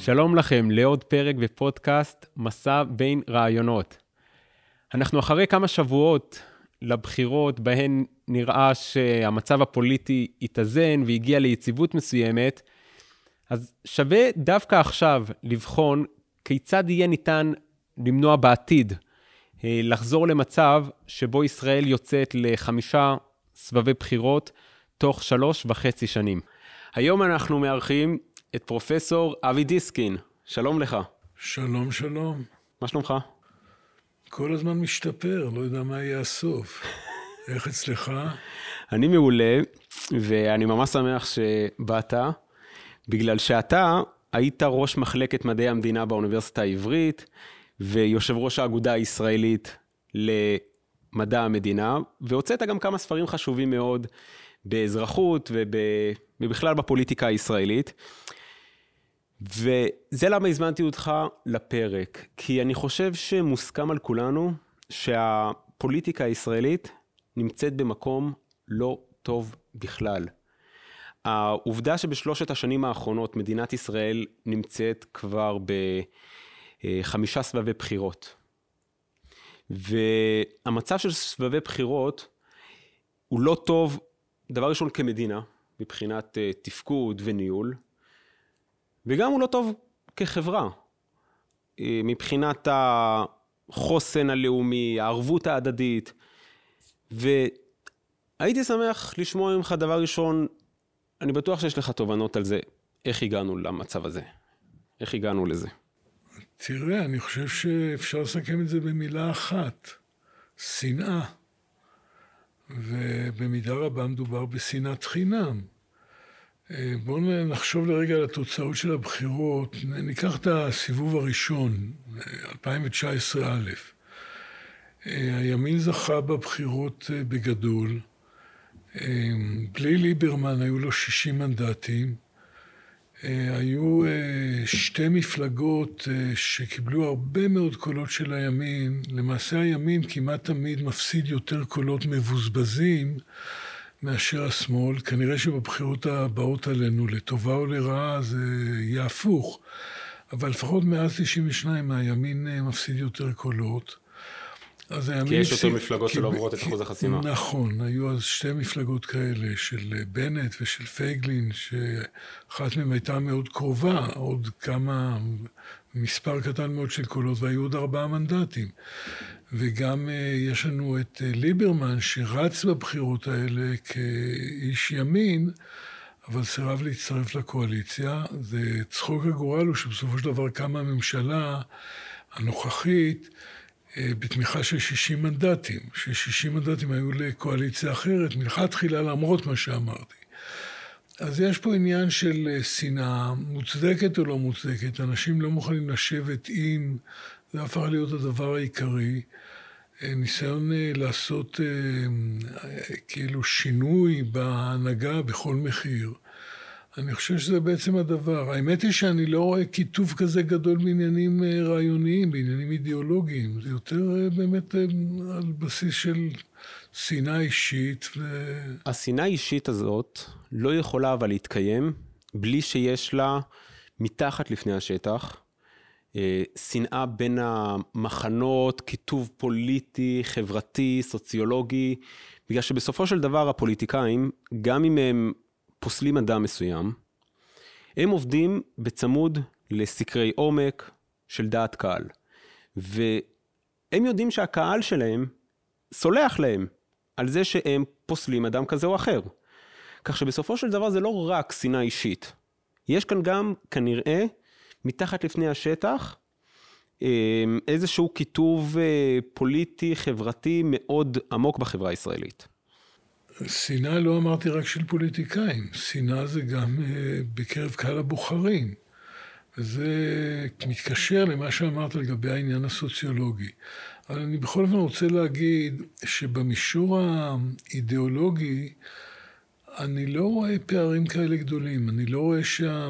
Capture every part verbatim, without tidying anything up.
שלום לכם לעוד פרק בפודקאסט מסע בין רעיונות. אנחנו אחרי כמה שבועות לבחירות בהן נראה שהמצב הפוליטי התאזן והגיע ליציבות מסוימת, אז שווה דווקא עכשיו לבחון כיצד יהיה ניתן למנוע בעתיד, לחזור למצב שבו ישראל יוצאת לחמישה סבבי בחירות תוך שלוש וחצי שנים. היום אנחנו מארחים את פרופסור אבי דיסקין. שלום לך. שלום, שלום. מה שלומך? כל הזמן משתפר, לא יודע מה יהיה הסוף. איך אצלך? אני מעולה, ואני ממש שמח שבאת, בגלל שאתה היית ראש מחלקת מדעי המדינה באוניברסיטה העברית, ויושב ראש האגודה הישראלית למדע המדינה, והוצאת גם כמה ספרים חשובים מאוד באזרחות ובכלל בפוליטיקה הישראלית. וזה למה הזמנתי אותך לפרק, כי אני חושב שמוסכם על כולנו שהפוליטיקה הישראלית נמצאת במקום לא טוב בכלל. העובדה שבשלושת השנים האחרונות מדינת ישראל נמצאת כבר בחמישה סבבי בחירות. והמצב של סבבי בחירות הוא לא טוב, דבר ראשון כמדינה, מבחינת תפקוד וניהול, וגם הוא לא טוב כחברה, מבחינת החוסן הלאומי, הערבות ההדדית, והייתי שמח לשמוע ממך דבר ראשון, אני בטוח שיש לך תובנות על זה, איך הגענו למצב הזה, איך הגענו לזה. תראה, אני חושב שאפשר לסכם את זה במילה אחת, שנאה, ובמידה רבה מדובר בשנאת חינם. בואו נחשוב לרגע על התוצאות של הבחירות. ניקח את הסיבוב הראשון, אלפיים תשע עשרה א'. הימין זכה בבחירות בגדול. בלי ליברמן היו לו שישים מנדטים. היו שתי מפלגות שקיבלו הרבה מאוד קולות של הימין. למעשה הימין כמעט תמיד מפסיד יותר קולות מבוזבזים מאשר השמאל. כנראה שבבחירות הבאות עלינו, לטובה או לרעה, זה יהיה הפוך. אבל לפחות מאז תשעים ושתיים הימין מפסיד יותר קולות. כי יש יותר מפלגות שלא עוברות את אחוז החסימה. נכון, היו אז שתי מפלגות כאלה, של בנט ושל פייגלין, שאחת מהן הייתה מאוד קרובה, עוד כמה, מספר קטן מאוד של קולות, והיו עוד ארבעה מנדטים. וגם יש לנו את ליברמן, שרץ בבחירות האלה כאיש ימין, אבל סירב להצטרף לקואליציה. זה צחוק הגורל הוא שבסופו של דבר קמה הממשלה הנוכחית, בתמיכה של שישים מנדטים, ש-שישים מנדטים היו לקואליציה אחרת, מלכתחילה למרות מה שאמרתי. אז יש פה עניין של שנאה, מוצדקת או לא מוצדקת, אנשים לא מוכנים לשבת עם, זה הפך להיות הדבר העיקרי, ניסיון לעשות כאילו שינוי בהנהגה בכל מחיר. אני חושב שזה בעצם הדבר. האמת היא שאני לא רואה כיתוב כזה גדול בעניינים רעיוניים, בעניינים אידיאולוגיים. זה יותר באמת על בסיס של שנאה אישית. ו... השנאה האישית הזאת לא יכולה אבל להתקיים בלי שיש לה מתחת לפני השטח, שנאה בין המחנות, כיתוב פוליטי, חברתי, סוציולוגי, בגלל שבסופו של דבר הפוליטיקאים, גם אם הם פוסלים אדם מסוים, הם עובדים בצמוד לסקרי עומק של דעת קהל. והם יודעים שהקהל שלהם סולח להם על זה שהם פוסלים אדם כזה או אחר. כך שבסופו של דבר זה לא רק שנאה אישית. יש כאן גם כנראה מתחת לפני השטח איזשהו כיתוב פוליטי, חברתי מאוד עמוק בחברה הישראלית. שנאה לא אמרתי רק של פוליטיקאים, שנאה זה גם בקרב קהל הבוחרים. וזה מתקשר למה שאמרת לגבי העניין הסוציולוגי. אבל אני בכל אופן רוצה להגיד שבמישור האידיאולוגי, אני לא רואה פערים כאלה גדולים. אני לא רואה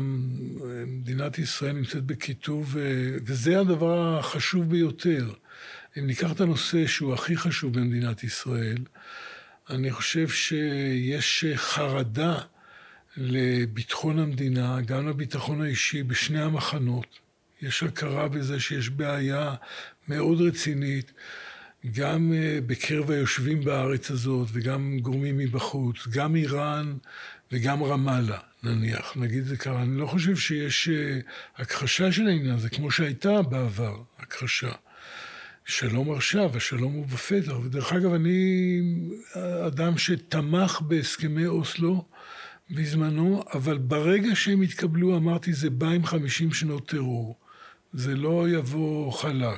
שמדינת ישראל נמצאת בכיתוב, וזה הדבר החשוב ביותר. אם ניקח את הנושא שהוא הכי חשוב במדינת ישראל, אני חושב שיש חרדה לביטחון המדינה, גם לביטחון האישי בשני המחנות. יש הכרה בזה שיש בעיה מאוד רצינית, גם בקרב היושבים בארץ הזאת וגם גורמים מבחוץ, גם איראן וגם רמאללה, נניח, נגיד זה ככה. אני לא חושב שיש הכחשה של העניין הזה, כמו שהייתה בעבר, הכחשה. שלום עכשיו, השלום הוא בפתח. ודרך אגב, אני אדם שתמך בהסכמי אוסלו בזמנו, אבל ברגע שהם התקבלו, אמרתי, זה בא עם חמישים שנות טרור. זה לא יבוא חלק.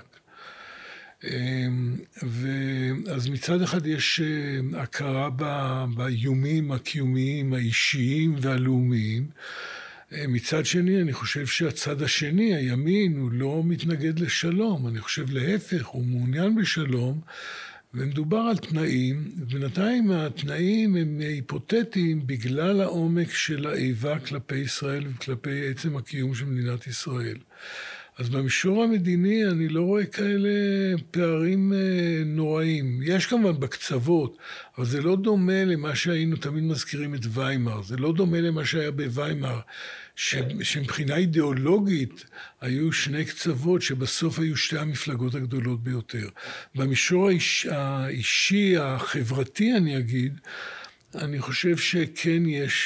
ואז מצד אחד יש הכרה באיומים הקיומיים, האישיים והלאומיים. מצד שני, אני חושב שהצד השני, הימין, הוא לא מתנגד לשלום. אני חושב להפך, הוא מעוניין בשלום, ומדובר על תנאים, ובינתיים התנאים הם היפותטיים בגלל העומק של האיבה כלפי ישראל וכלפי עצם הקיום של מדינת ישראל. אז במישור המדיני אני לא רואה כאלה פערים נוראים. יש כמובן בקצוות, אבל זה לא דומה למה שהיינו תמיד מזכירים את ויימאר. זה לא דומה למה שהיה בוויימאר, ש... שמבחינה אידיאולוגית היו שני קצוות שבסוף היו שתי המפלגות הגדולות ביותר. במישור האיש... האישי, החברתי אני אגיד, אני חושב שכן יש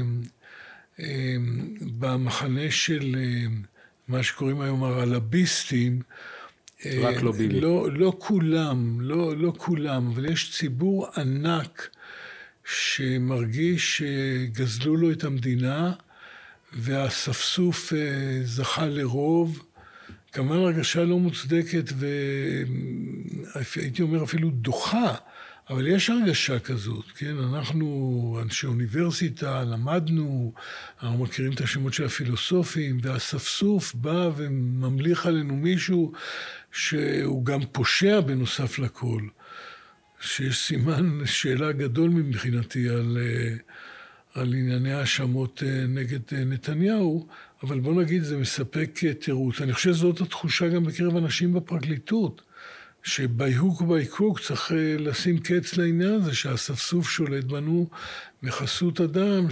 במחנה של מה שקוראים היום הרלביסטים, רק לא ביבי. לא, לא כולם, לא, לא כולם, אבל יש ציבור ענק שמרגיש שגזלו לו את המדינה, והספסוף זכה לרוב, כמובן הרגשה לא מוצדקת, והייתי אומר אפילו דוחה, אבל יש הרגשה כזאת, כן? אנחנו אנשי אוניברסיטה, למדנו, אנחנו מכירים את השמות של הפילוסופים, והספסוף בא וממליך עלינו מישהו שהוא גם פושע בנוסף לכל, שיש סימן שאלה גדול מבחינתי על, על ענייני האשמות נגד נתניהו, אבל בוא נגיד זה מספק תירוץ. אני חושב שזאת התחושה גם בקרב אנשים בפרקליטות, שביהוק ובייקוק צריך לשים קץ לעניין הזה, שהספסוף שולט בנו בחסות אדם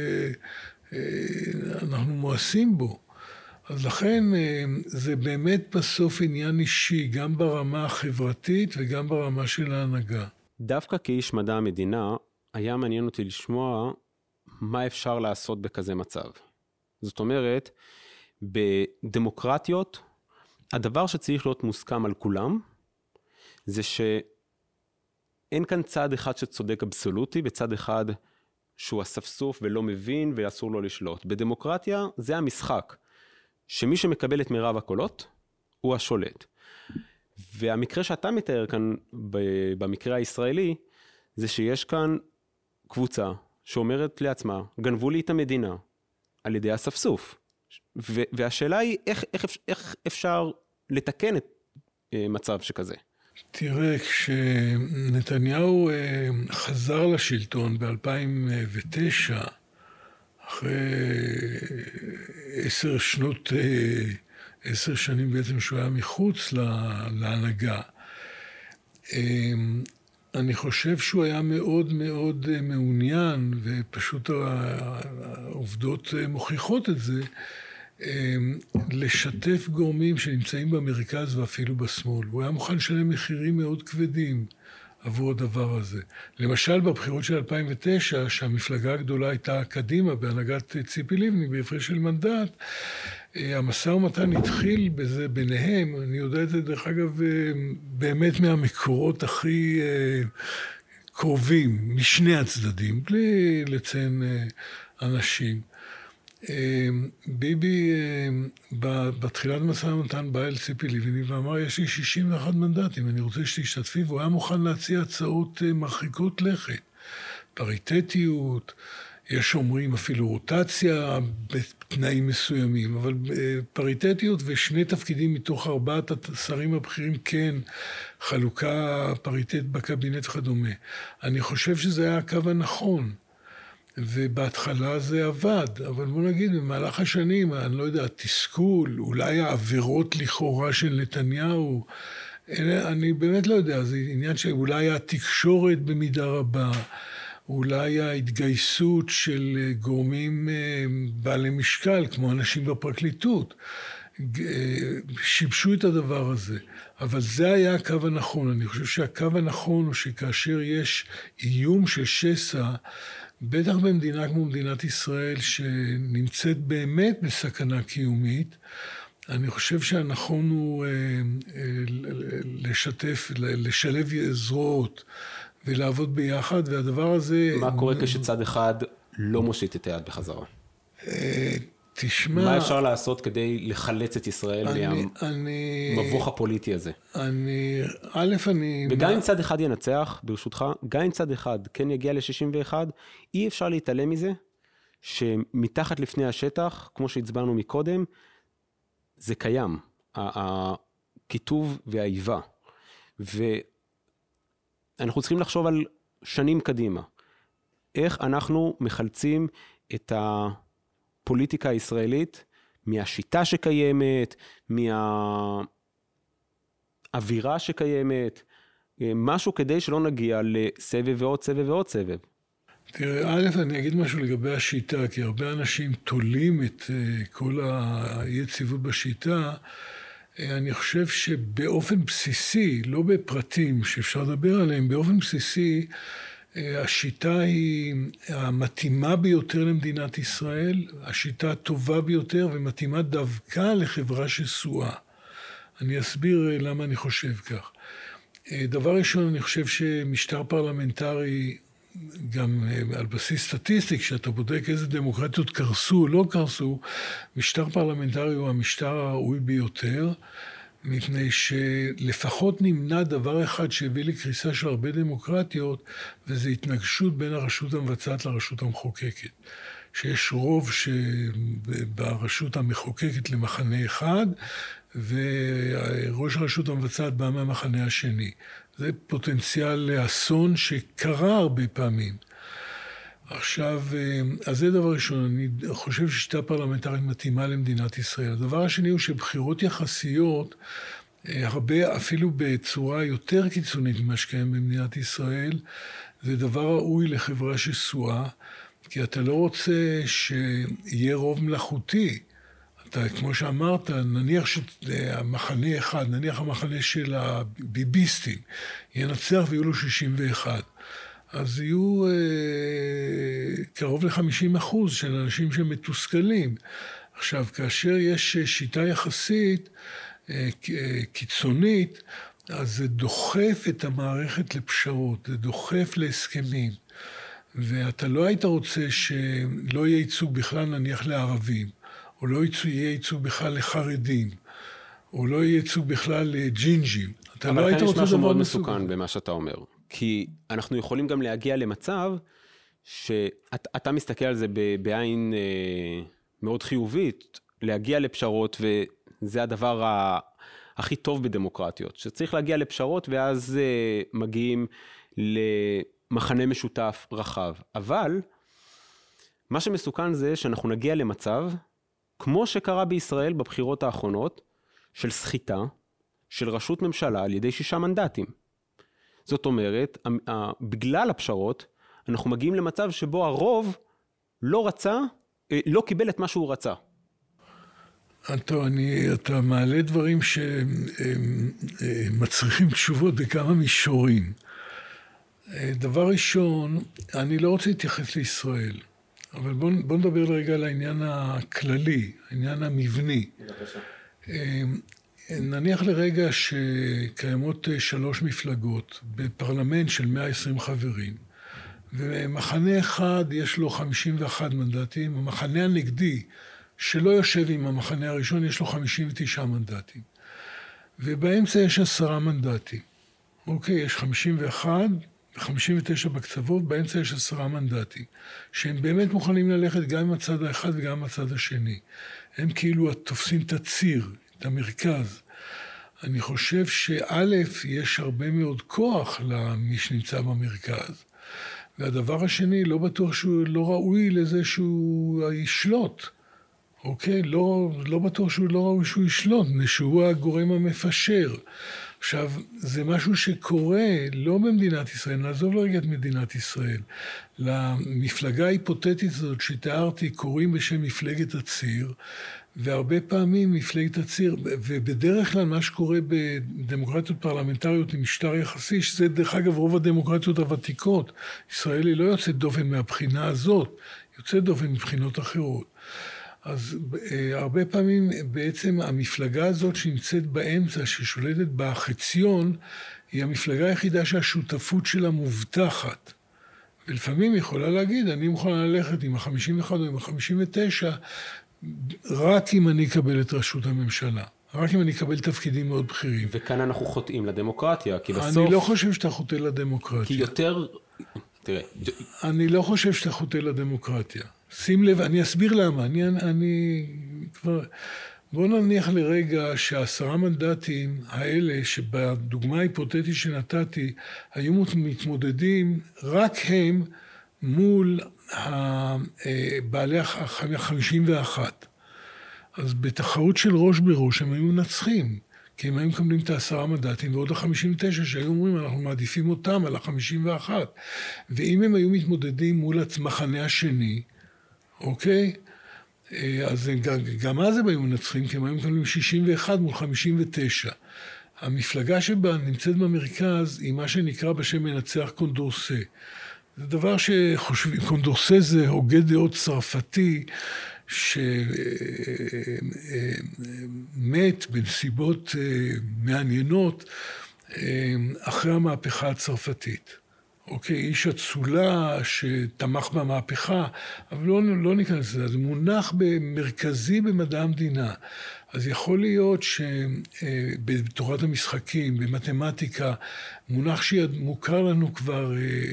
שאנחנו מואסים בו. אז לכן זה באמת בסוף עניין אישי, גם ברמה החברתית וגם ברמה של ההנהגה. דווקא כאיש מדע המדינה, היה מעניין אותי לשמוע מה אפשר לעשות בכזה מצב. זאת אומרת, בדמוקרטיות, הדבר שצריך להיות מוסכם על כולם, זה שאין כאן צד אחד שצודק אבסולוטי, וצד אחד שהוא הספסוף ולא מבין ואסור לו לשלוט. בדמוקרטיה זה המשחק, שמי שמקבל את מירב הקולות הוא השולט. והמקרה שאתה מתאר כאן במקרה הישראלי, זה שיש כאן קבוצה שאומרת לעצמה, גנבו לי את המדינה על ידי הספסוף. והשאלה היא איך, איך, איך אפשר לתקן את מצב שכזה. תראה, כשנתניהו חזר לשלטון ב-אלפיים ותשע, אחרי עשר שנות, עשר שנים בעצם שהוא היה מחוץ להנהגה, אני חושב שהוא היה מאוד מאוד מעוניין, ופשוט העובדות מוכיחות את זה, לשתף גורמים שנמצאים במרכז ואפילו בשמאל. הוא היה מוכן לשלם מחירים מאוד כבדים עבור הדבר הזה. למשל, בבחירות של אלפיים ותשע, שהמפלגה הגדולה הייתה קדימה בהנהגת ציפי לבני, בהפרש של מנדט, המשא ומתן התחיל בזה ביניהם. אני יודע את זה, דרך אגב, באמת מהמקורות הכי קרובים, משני הצדדים, בלי לציין אנשים. ביבי בתחילת משא ומתן בא אל ציפי לבני ואמר, יש לי שישים ואחד מנדטים, אני רוצה שתשתתפי, והוא היה מוכן להציע הצעות מרחיקות לכת, פריטטיות, יש אומרים אפילו רוטציה בתנאים מסוימים, אבל פריטטיות ושני תפקידים מתוך ארבעת השרים הבכירים כן, חלוקה פריטט בקבינט וכדומה. אני חושב שזה היה הקו הנכון. ובהתחלה זה עבד, אבל בוא נגיד, במהלך השנים, אני לא יודע, תסכול, אולי העבירות לכאורה של נתניהו, אני באמת לא יודע, זה עניין שאולי התקשורת במידה רבה, אולי ההתגייסות של גורמים בעלי משקל, כמו אנשים בפרקליטות, שיבשו את הדבר הזה. אבל זה היה הקו הנכון. אני חושב שהקו הנכון הוא שכאשר יש איום של שסע, בטח במדינה כמו מדינת ישראל, שנמצאת באמת בסכנה קיומית, אני חושב שהנכון הוא לשתף, לשלב זרועות ולעבוד ביחד, והדבר הזה... מה קורה כשצד אחד לא מושיט את היד בחזרה? תשמע... מה אפשר לעשות כדי לחלץ את ישראל מהמבוך הפוליטי הזה? אני... א', אני... וגם אם צד אחד ינצח, ברשותך, גם אם צד אחד כן יגיע ל-שישים ואחת, אי אפשר להתעלם מזה שמתחת לפני השטח, כמו שהצבענו מקודם, זה קיים, הכיתוב והאיבה. ואנחנו צריכים לחשוב על שנים קדימה. איך אנחנו מחלצים את הפוליטיקה הישראלית מהשיטה שקיימת, מהאווירה שקיימת, משהו כדי שלא נגיע לסבב ועוד סבב ועוד סבב. תראה, א', אני אגיד משהו לגבי השיטה, כי הרבה אנשים תולים את כל היציבות בשיטה. אני חושב שבאופן בסיסי, לא בפרטים שאפשר לדבר עליהם, באופן בסיסי, השיטה היא המתאימה ביותר למדינת ישראל, השיטה הטובה ביותר ומתאימה דווקא לחברה שסועה. אני אסביר למה אני חושב כך. דבר ראשון, אני חושב שמשטר פרלמנטרי, גם על בסיס סטטיסטי, כשאתה בודק איזה דמוקרטיות קרסו או לא קרסו, משטר פרלמנטרי הוא המשטר הראוי ביותר, מפני שלפחות נמנע דבר אחד שהביא לקריסה של הרבה דמוקרטיות, וזה התנגשות בין הרשות המבצעת לרשות המחוקקת. שיש רוב ברשות המחוקקת למחנה אחד, וראש הרשות המבצעת בא מהמחנה השני. זה פוטנציאל לאסון שקרה הרבה פעמים. עכשיו, אז זה דבר ראשון, אני חושב ששיטה פרלמנטרית מתאימה למדינת ישראל. הדבר השני הוא שבחירות יחסיות, הרבה, אפילו בצורה יותר קיצונית ממה שקיים במדינת ישראל, זה דבר ראוי לחברה שסועה, כי אתה לא רוצה שיהיה רוב מלאכותי. אתה, כמו שאמרת, נניח שהמחנה אחד, נניח המחנה של הביביסטים, ינצח ויהיו לו שישים ואחת. אז יהיו אה, קרוב ל-חמישים אחוז של אנשים שמתוסכלים. עכשיו, כאשר יש שיטה יחסית אה, קיצונית, אז זה דוחף את המערכת לפשרות, זה דוחף להסכמים. ואתה לא היית רוצה שלא יהיה ייצוג בכלל נניח לערבים, או לא יהיה ייצוג בכלל לחרדים, או לא יהיה ייצוג בכלל לג'ינג'ים. אתה לא היית רוצה דבר מסוג. אבל כאן יש משהו מאוד מסוכן במה שאתה אומר. כי אנחנו יכולים גם להגיע למצב שאתה מסתכל על זה בעין מאוד חיובית, להגיע לפשרות, וזה הדבר הכי טוב בדמוקרטיות, שצריך להגיע לפשרות ואז מגיעים למחנה משותף רחב. אבל מה שמסוכן זה שאנחנו נגיע למצב, כמו שקרה בישראל בבחירות האחרונות, של סחיטה, של ראשות ממשלה על ידי שישה מנדטים. זאת אומרת, בגלל הפשרות, אנחנו מגיעים למצב שבו הרוב לא רצה, לא קיבל את מה שהוא רצה. אתה, אני, אתה מעלה דברים שמצריכים תשובות בכמה מישורים. דבר ראשון, אני לא רוצה להתייחס לישראל, אבל בוא, בוא נדבר רגע על העניין הכללי, העניין המבני. בבקשה. נניח לרגע שקיימות שלוש מפלגות בפרלמנט של מאה ועשרים חברים, ומחנה אחד יש לו חמישים ואחת מנדטים, המחנה הנגדי שלא יושב עם המחנה הראשון יש לו חמישים ותשעה מנדטים, ובאמצע יש עשרה מנדטים. אוקיי, יש חמישים ואחת ו-חמישים ותשע בקצוות, באמצע יש עשרה מנדטים, שהם באמת מוכנים ללכת גם עם הצד האחד וגם עם הצד השני. הם כאילו תופסים את הציר, את המרכז. אני חושב שא' יש הרבה מאוד כוח למי שנמצא במרכז. והדבר השני, לא בטוח שהוא לא ראוי לזה שהוא ישלוט. אוקיי? לא, לא בטוח שהוא לא ראוי שהוא ישלוט, שהוא הגורם המפשר. עכשיו, זה משהו שקורה לא במדינת ישראל, נעזוב לרגע את מדינת ישראל. למפלגה ההיפותטית הזאת שתיארתי קוראים בשם מפלגת הציר, והרבה פעמים מפלגת הציר, ובדרך כלל מה שקורה בדמוקרטיות פרלמנטריות עם משטר יחסי, שזה דרך אגב רוב הדמוקרטיות הוותיקות, ישראל היא לא יוצאת דופן מהבחינה הזאת, יוצאת דופן מבחינות אחרות. אז הרבה פעמים בעצם המפלגה הזאת שנמצאת באמצע, ששולטת בחציון, היא המפלגה היחידה שהשותפות שלה מובטחת. ולפעמים היא יכולה להגיד, אני מוכנה ללכת עם ה-חמישים ואחת או עם ה-חמישים ותשע, רק אם אני אקבל את ראשות הממשלה. רק אם אני אקבל תפקידים מאוד בכירים. וכאן אנחנו חוטאים לדמוקרטיה, כי בסוף... אני לא חושב שאתה חוטא לדמוקרטיה. כי יותר... תראה... אני לא חושב שאתה חוטא לדמוקרטיה. שים לב, אני אסביר למה. אני, אני כבר... בוא נניח לרגע שהעשרה מנדטים האלה, שבדוגמה ההיפותטית שנתתי, היו מתמודדים רק הם מול בעלי ה-חמישים ואחת. אז בתחרות של ראש בראש הם היו מנצחים, כי הם היו מקבלים את העשרה מנדטים, ועוד ה-חמישים ותשע שהיו אומרים, אנחנו מעדיפים אותם על ה-חמישים ואחת. ואם הם היו מתמודדים מול המחנה השני, אוקיי? אז גם אז הם היו מנצחים, כי הם היו מקבלים שישים ואחת מול חמישים ותשע. המפלגה שבה נמצאת במרכז היא מה שנקרא בשם מנצח קונדורסה. זה דבר שחושבים, קונדורסה זה הוגה דעות צרפתי, שמת בנסיבות מעניינות אחרי המהפכה הצרפתית. אוקיי, איש אצולה שתמך במהפכה, אבל לא, לא ניכנס לזה, זה מונח במרכזי במדע המדינה. אז יכול להיות שבתורת המשחקים, במתמטיקה, מונח שמוכר לנו כבר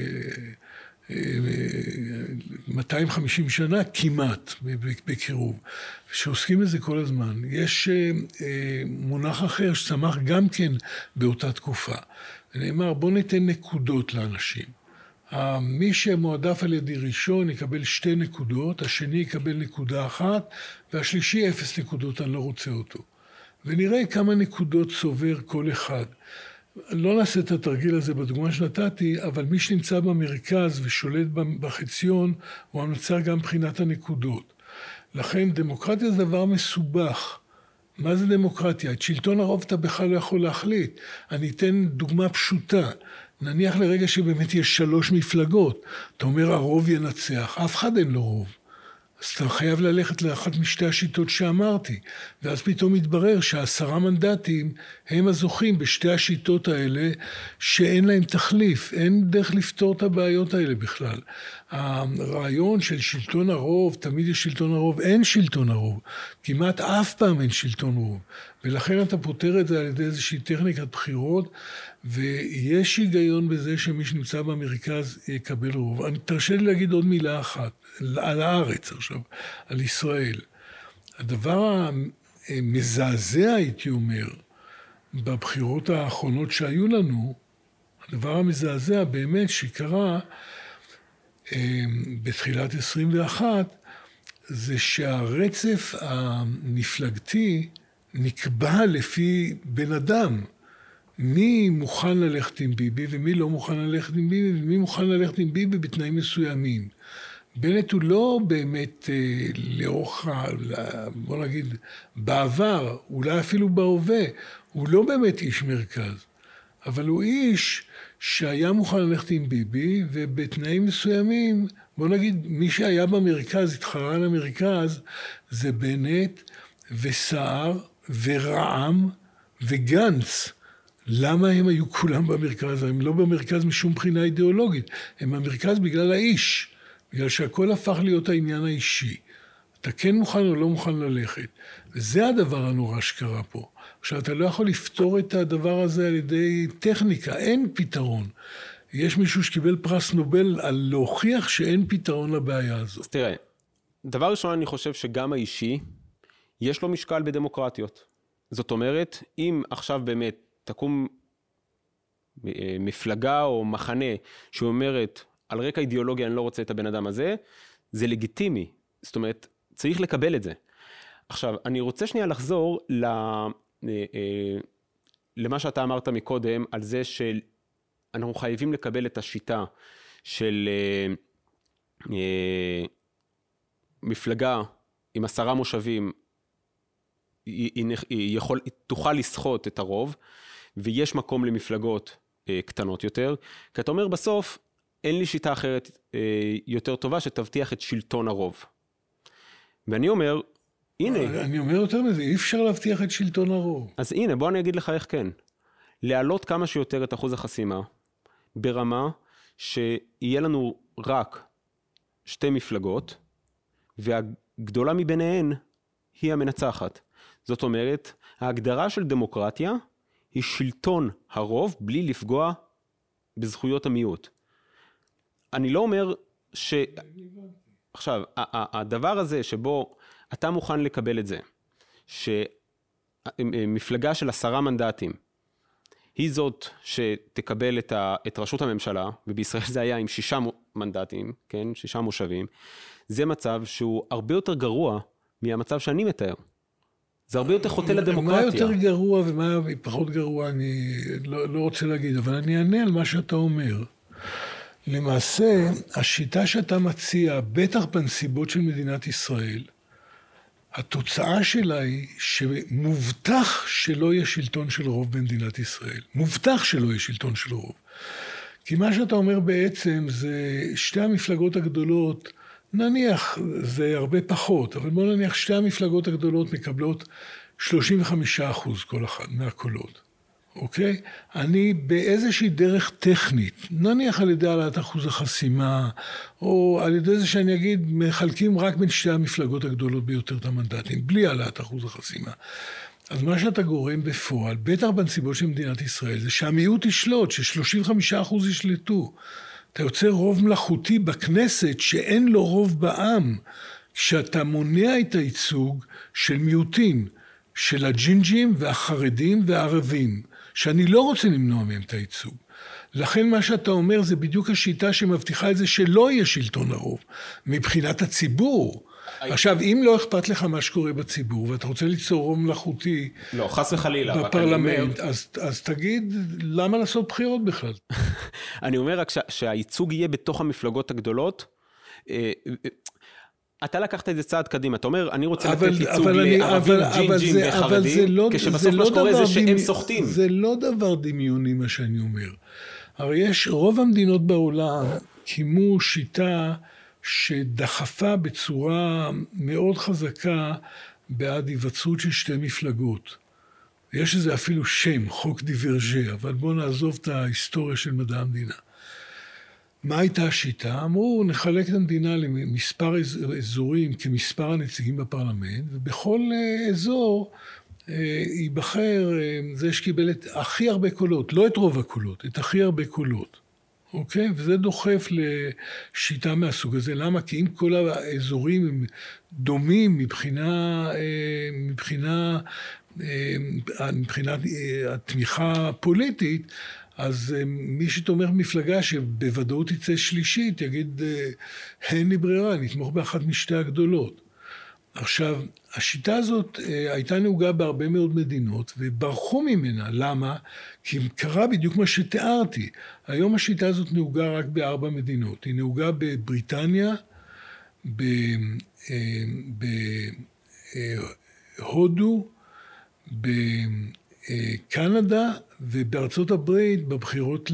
מאתיים וחמישים שנה כמעט בקירוב, שעוסקים בזה כל הזמן. יש מונח אחר שצמח גם כן באותה תקופה. ונאמר, בוא ניתן נקודות לאנשים. מי שמועדף על ידי ראשון יקבל שתי נקודות, השני יקבל נקודה אחת, והשלישי אפס נקודות, אני לא רוצה אותו. ונראה כמה נקודות צובר כל אחד. לא נעשה את התרגיל הזה בדוגמה שנתתי, אבל מי שנמצא במרכז ושולט בחציון, הוא המנצח גם מבחינת הנקודות. לכן דמוקרטיה זה דבר מסובך. מה זה דמוקרטיה? את שלטון הרוב אתה בכלל לא יכול להחליט. אני אתן דוגמה פשוטה. נניח לרגע שבאמת יש שלוש מפלגות. אתה אומר הרוב ינצח, אף אחד אין לו רוב. אז אתה חייב ללכת לאחת משתי השיטות שאמרתי. ואז פתאום מתברר שהעשרה מנדטים הם הזוכים בשתי השיטות האלה שאין להם תחליף. אין דרך לפתור את הבעיות האלה בכלל. הרעיון של שלטון הרוב, תמיד יש שלטון הרוב, אין שלטון הרוב. כמעט אף פעם אין שלטון רוב. ולכן אתה פותר את זה על ידי איזושהי טכניקת בחירות, ויש היגיון בזה שמי שנמצא במרכז יקבל רוב. אני תרשה לי להגיד עוד מילה אחת, על הארץ עכשיו, על ישראל. הדבר המזעזע, הייתי אומר, בבחירות האחרונות שהיו לנו, הדבר המזעזע באמת שקרה בתחילת עשרים ואחת, זה שהרצף המפלגתי נקבע לפי בן אדם. מי מוכן ללכת עם ביבי ומי לא מוכן ללכת עם ביבי, ומי מוכן ללכת עם ביבי בתנאים מסוימים. בנט הוא לא באמת אה, לאורך, בוא נגיד, בעבר, אולי אפילו בהווה, הוא לא באמת איש מרכז, אבל הוא איש שהיה מוכן ללכת עם ביבי, ובתנאים מסוימים, בוא נגיד, מי שהיה במרכז, התחרה על המרכז, זה בנט וסער ורע"מ וגנץ. למה הם היו כולם במרכז? הם לא במרכז משום בחינה אידיאולוגית, הם במרכז בגלל האיש, בגלל שהכל הפך להיות העניין האישי. אתה כן מוכן או לא מוכן ללכת, וזה הדבר הנורא שקרה פה. עכשיו, אתה לא יכול לפתור את הדבר הזה על ידי טכניקה, אין פתרון. יש מישהו שקיבל פרס נובל על להוכיח שאין פתרון לבעיה הזאת. אז תראה, דבר ראשון אני חושב שגם האישי, יש לו משקל בדמוקרטיות. זאת אומרת, אם עכשיו באמת תקום מפלגה או מחנה שאומרת, על רקע אידיאולוגיה אני לא רוצה את הבן אדם הזה, זה לגיטימי. זאת אומרת, צריך לקבל את זה. עכשיו, אני רוצה שנייה לחזור ל... למה שאתה אמרת מקודם, על זה שאנחנו חייבים לקבל את השיטה של אה, אה, מפלגה עם עשרה מושבים, היא, היא, היא, יכול, היא תוכל לסחוט את הרוב, ויש מקום למפלגות אה, קטנות יותר, כי אתה אומר בסוף, אין לי שיטה אחרת אה, יותר טובה שתבטיח את שלטון הרוב. ואני אומר, הנה. אני אומר יותר מזה, אי אפשר להבטיח את שלטון הרוב. אז הנה, בוא אני אגיד לך איך כן. להעלות כמה שיותר את אחוז החסימה, ברמה שיהיה לנו רק שתי מפלגות, והגדולה מביניהן היא המנצחת. זאת אומרת, ההגדרה של דמוקרטיה היא שלטון הרוב בלי לפגוע בזכויות המיעוט. אני לא אומר ש... עכשיו, הדבר הזה שבו אתה מוכן לקבל את זה, שמפלגה של עשרה מנדטים, היא זאת שתקבל את, ה... את ראשות הממשלה, ובישראל זה היה עם שישה מנדטים, כן? שישה מושבים, זה מצב שהוא הרבה יותר גרוע מהמצב שאני מתאר. זה הרבה יותר חוטא לדמוקרטיה. מה יותר גרוע ומה פחות גרוע, אני לא, לא רוצה להגיד, אבל אני אענה על מה שאתה אומר. למעשה, השיטה שאתה מציע, בטח בנסיבות של מדינת ישראל, התוצאה שלה היא שמובטח שלא יהיה שלטון של רוב במדינת ישראל. מובטח שלא יהיה שלטון של רוב. כי מה שאתה אומר בעצם זה שתי המפלגות הגדולות, נניח זה הרבה פחות, אבל בוא נניח שתי המפלגות הגדולות מקבלות שלושים וחמישה אחוז כל אחד מהקולות. אוקיי? אני באיזושהי דרך טכנית, נניח על ידי העלאת אחוז החסימה, או על ידי זה שאני אגיד, מחלקים רק בין שתי המפלגות הגדולות ביותר את המנדטים, בלי העלאת אחוז החסימה. אז מה שאתה גורם בפועל, בטח בנסיבות של מדינת ישראל, זה שהמיעוט ישלוט, ש-שלושים וחמישה אחוז ישלטו. אתה יוצר רוב מלאכותי בכנסת שאין לו רוב בעם, שאתה מונע את הייצוג של מיעוטים, של הג'ינג'ים והחרדים והערבים, שאני לא רוצה למנוע מהם את הייצוג. לכן מה שאתה אומר זה בדיוק השיטה שמבטיחה את זה שלא יהיה שלטון הרוב, מבחינת הציבור. עכשיו, אם לא אכפת לך מה שקורה בציבור, ואתה רוצה ליצור רוב מלאכותי לא, חס וחלילה, בפרלמנט, אז, אז תגיד, למה לעשות בחירות בכלל? אני אומר רק שהייצוג יהיה בתוך המפלגות הגדולות, אתה לקחת את זה צעד קדימה, אתה אומר, אני רוצה לתת ייצוג לערבים, ג'ינג'ים וחרדים, כשבסוף מה שקורה זה שהם סוחטים. זה לא דבר דמיוני מה שאני אומר. הרי יש, רוב המדינות בעולם קימו שיטה שדחפה בצורה מאוד חזקה בעד היווצרות של שתי מפלגות. יש לזה אפילו שם, חוק דיברג'ה, אבל בואו נעזוב את ההיסטוריה של מדע המדינה. מה הייתה השיטה? אמרו, נחלק את המדינה למספר אזורים כמספר הנציגים בפרלמנט, ובכל אזור ייבחר זה שקיבל את הכי הרבה קולות, לא את רוב הקולות, את הכי הרבה קולות. אוקיי? וזה דוחף לשיטה מהסוג הזה. למה? כי אם כל האזורים הם דומים מבחינה, מבחינה, מבחינת התמיכה הפוליטית, אז מי שתומך מפלגה שבוודאות יצא שלישית, יגיד, אין לי ברירה, נתמוך באחת משתי הגדולות. עכשיו, השיטה הזאת הייתה נהוגה בהרבה מאוד מדינות, וברחו ממנה. למה? כי קרה בדיוק מה שתיארתי. היום השיטה הזאת נהוגה רק בארבע מדינות. היא נהוגה בבריטניה, בהודו, בקנדה, ובארצות הברית בבחירות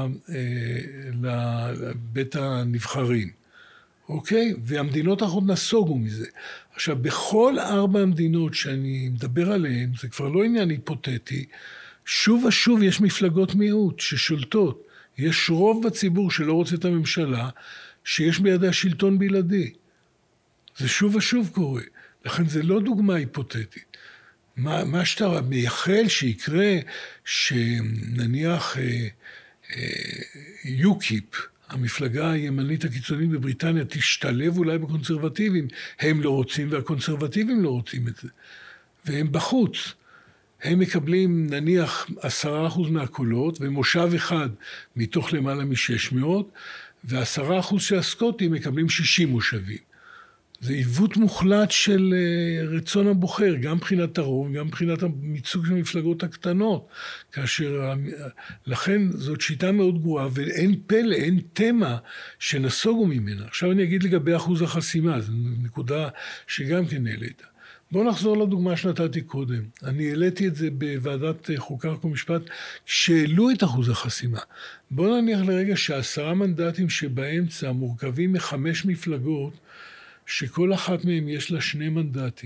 לבית הנבחרים. אוקיי? והמדינות האחרות נסוגו מזה. עכשיו, בכל ארבע המדינות שאני מדבר עליהן, זה כבר לא עניין היפותטי, שוב ושוב יש מפלגות מיעוט ששולטות. יש רוב בציבור שלא רוצה את הממשלה, שיש בידי שלטון בלעדי. זה שוב ושוב קורה. לכן זה לא דוגמה היפותטית. מה, מה שאתה מייחל שיקרה, שנניח אה, אה, יוקיפ, המפלגה הימנית הקיצונית בבריטניה תשתלב אולי בקונסרבטיבים, הם לא רוצים והקונסרבטיבים לא רוצים את זה. והם בחוץ. הם מקבלים נניח עשרה אחוז מהקולות, ומושב אחד מתוך למעלה משש מאות, ועשרה אחוז שהסקוטים מקבלים שישים מושבים. זה עיוות מוחלט של רצון הבוחר, גם מבחינת הרוב, גם מבחינת המיצוג של המפלגות הקטנות, כאשר, לכן זאת שיטה מאוד גרועה, ואין פלא, אין תמה שנסוגו ממנה. עכשיו אני אגיד לגבי אחוז החסימה, זו נקודה שגם כן העלית. בואו נחזור לדוגמה שנתתי קודם. אני העליתי את זה בוועדת חוקה חוק ומשפט, שהעלו את אחוז החסימה. בואו נניח לרגע שעשרה מנדטים שבאמצע מורכבים מחמש מפלגות, שכל אחת מהם יש לה שני מנדטים.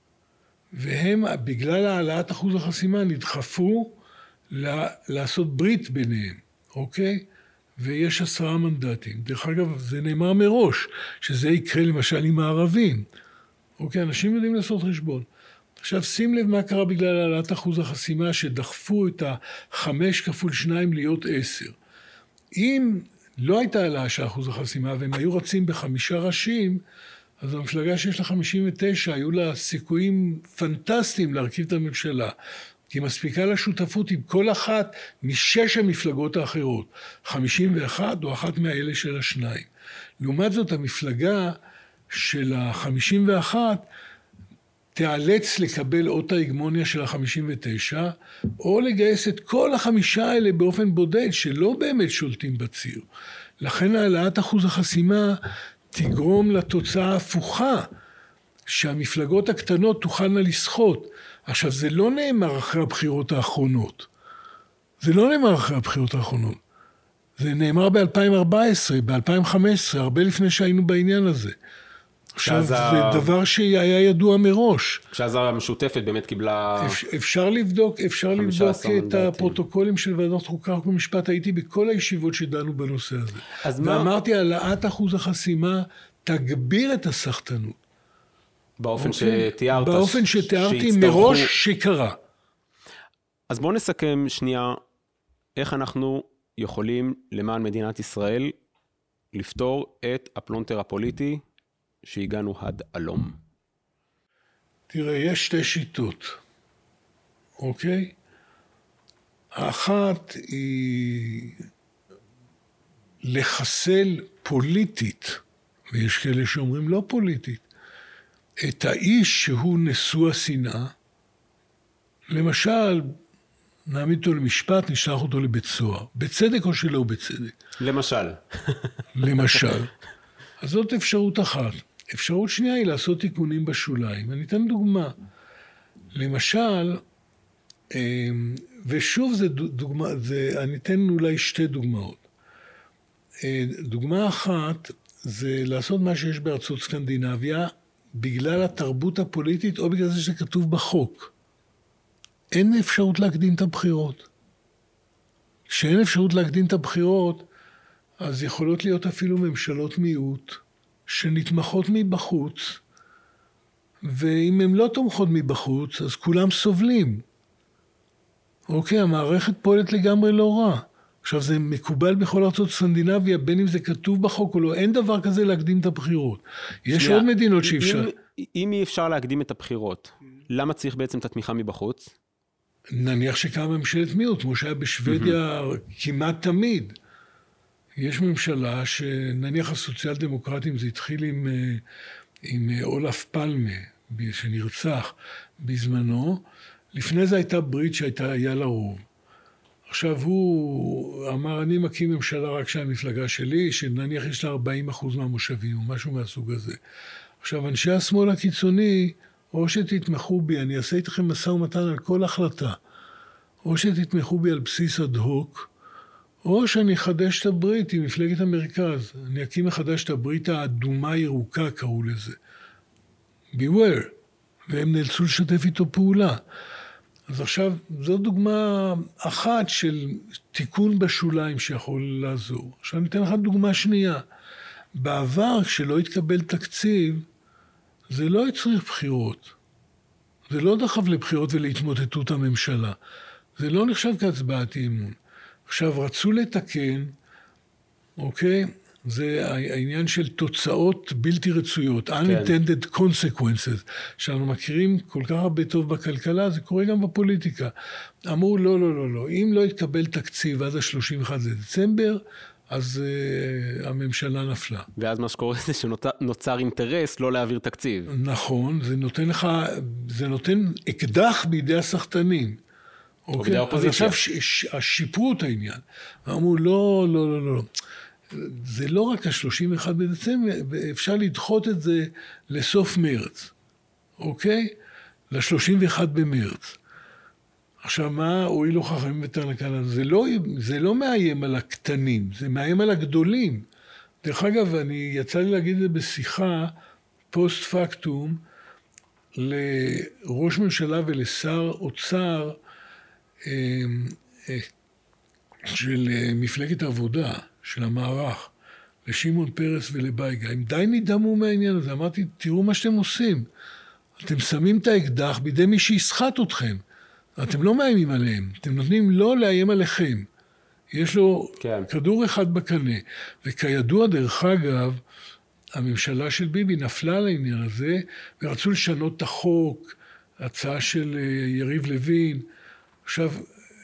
והם, בגלל העלאת אחוז החסימה, נדחפו לעשות ברית ביניהם, אוקיי? ויש עשרה מנדטים. דרך אגב, זה נאמר מראש, שזה יקרה למשל עם הערבים. אוקיי, אנשים יודעים לעשות חשבון. עכשיו, שים לב מה קרה בגלל העלאת אחוז החסימה, שדחפו את החמש כפול שניים להיות עשר. אם לא הייתה העלאה של אחוז החסימה, והם היו רצים בחמישה ראשים, אז המפלגה שיש לה חמישים ותשע, היו לה סיכויים פנטסטיים להרכיב את הממשלה. כי מספיקה לה שותפות עם כל אחת משש המפלגות האחרות. חמישים ואחת או אחת מהאלה של השניים. לעומת זאת, המפלגה של ה-חמישים ואחת תיאלץ לקבל או את ההגמוניה של ה-חמישים ותשע, או לגייס את כל החמישה האלה באופן בודד, שלא באמת שולטים בציר. לכן העלאת אחוז החסימה תגרום לתוצאה הפוכה, שהמפלגות הקטנות תוכלנה לסחוט. עכשיו, זה לא נאמר אחרי הבחירות האחרונות. זה לא נאמר אחרי הבחירות האחרונות. זה נאמר ב-אלפיים וארבע עשרה, ב-אלפיים וחמש עשרה, הרבה לפני שהיינו בעניין הזה. עכשיו, זה ה... דבר שהיה ידוע מראש. כשאז המשותפת באמת קיבלה... אפשר לבדוק, אפשר לבדוק את הפרוטוקולים של ועדת חוקה חוק ומשפט. הייתי בכל הישיבות שדנו בנושא הזה. ואמרתי, העלאת אחוז החסימה תגביר את הסחטנות. באופן שתיארת... באופן שתיארתי מראש שקרה. אז בואו נסכם שנייה, איך אנחנו יכולים למען מדינת ישראל לפתור את הפלונטר הפוליטי שהגענו עד הלום. תראה, יש שתי שיטות, אוקיי? האחת היא לחסל פוליטית, ויש כאלה שאומרים לא פוליטית, את האיש שהוא נשוא השנאה. למשל, נעמיד אותו למשפט, נשלח אותו לבית סוהר. בצדק או שלא בצדק? למשל. למשל. אז זאת אפשרות אחת. אפשרות שנייה היא לעשות תיקונים בשוליים. אני אתן דוגמה. למשל, ושוב זה דוגמה, זה, אני אתן אולי שתי דוגמאות. דוגמה אחת זה לעשות מה שיש בארצות סקנדינביה, בגלל התרבות הפוליטית או בגלל זה שזה כתוב בחוק. אין אפשרות להקדים את הבחירות. כשאין אפשרות להקדים את הבחירות, אז יכולות להיות אפילו ממשלות מיעוט, שנתמכות מבחוץ, ואם הן לא תומכות מבחוץ, אז כולם סובלים. אוקיי, המערכת פועלת לגמרי לא רע. עכשיו, זה מקובל בכל ארצות סקנדינביה, בין אם זה כתוב בחוק או לא, אין דבר כזה להקדים את הבחירות. יש עוד מדינות שאפשר. אם, אם אי אפשר להקדים את הבחירות, למה צריך בעצם את התמיכה מבחוץ? נניח שקמה ממשלת מיעוט, כמו שהיה בשוודיה כמעט תמיד. יש ממשלה שנניח הסוציאל דמוקרטים, זה התחיל עם, עם אולף פלמה, שנרצח בזמנו. לפני זה הייתה ברית שהייתה, היה לה רוב. עכשיו הוא אמר, אני מקים ממשלה רק שהמפלגה שלי, שנניח יש לה ארבעים אחוז מהמושבים, או משהו מהסוג הזה. עכשיו, אנשי השמאל הקיצוני, או שתתמכו בי, אני אעשה איתכם משא ומתן על כל החלטה, או שתתמכו בי על בסיס אד הוק, או שאני אחדש את הברית עם מפלגת המרכז. אני אקים מחדש את הברית האדומה ירוקה, קראו לזה. beware. והם נאלצו לשתף איתו פעולה. אז עכשיו, זו דוגמה אחת של תיקון בשוליים שיכול לעזור. עכשיו אני אתן לך דוגמה שנייה. בעבר, כשלא התקבל תקציב, זה לא הצריך בחירות. זה לא דחף לבחירות ולהתמוטטות הממשלה. זה לא נחשב כהצבעת אי-אמון. עכשיו, רצו לתקן, אוקיי? זה העניין של תוצאות בלתי רצויות, unintended consequences, שאנחנו מכירים כל כך הרבה טוב בכלכלה, זה קורה גם בפוליטיקה. אמרו, לא, לא, לא, לא, אם לא יתקבל תקציב עד ה-שלושים ואחד לדצמבר, אז uh, הממשלה נפלה. ואז מה שקורה זה שנוצר אינטרס לא להעביר תקציב. נכון, זה נותן לך, זה נותן אקדח בידי הסחטנים. אוקיי? אז עכשיו שיפרו את העניין. אמרו, לא, לא, לא, לא. זה לא רק ה-שלושים ואחד בדצמבר, אפשר לדחות את זה לסוף מרץ. אוקיי? ל-שלושים ואחד במרץ. עכשיו, מה הועילו חכמים בתנא? זה לא, זה לא מאיים על הקטנים, זה מאיים על הגדולים. דרך אגב, אני יצא לי להגיד את זה בשיחה, פוסט פקטום, לראש ממשלה ולשר אוצר של מפלגת העבודה, של המערך, לשמעון פרס ולבייגה. הם די נדהמו מהעניין הזה. אמרתי, תראו מה שאתם עושים. אתם שמים את האקדח בידי מי שיסחט אתכם. אתם לא מאיימים עליהם, אתם נותנים לא לאיים עליכם. יש לו כן. כדור אחד בקנה. וכידוע, דרך אגב, הממשלה של ביבי נפלה על העניין הזה, ורצו לשנות את החוק, הצעה של יריב לוין. עכשיו,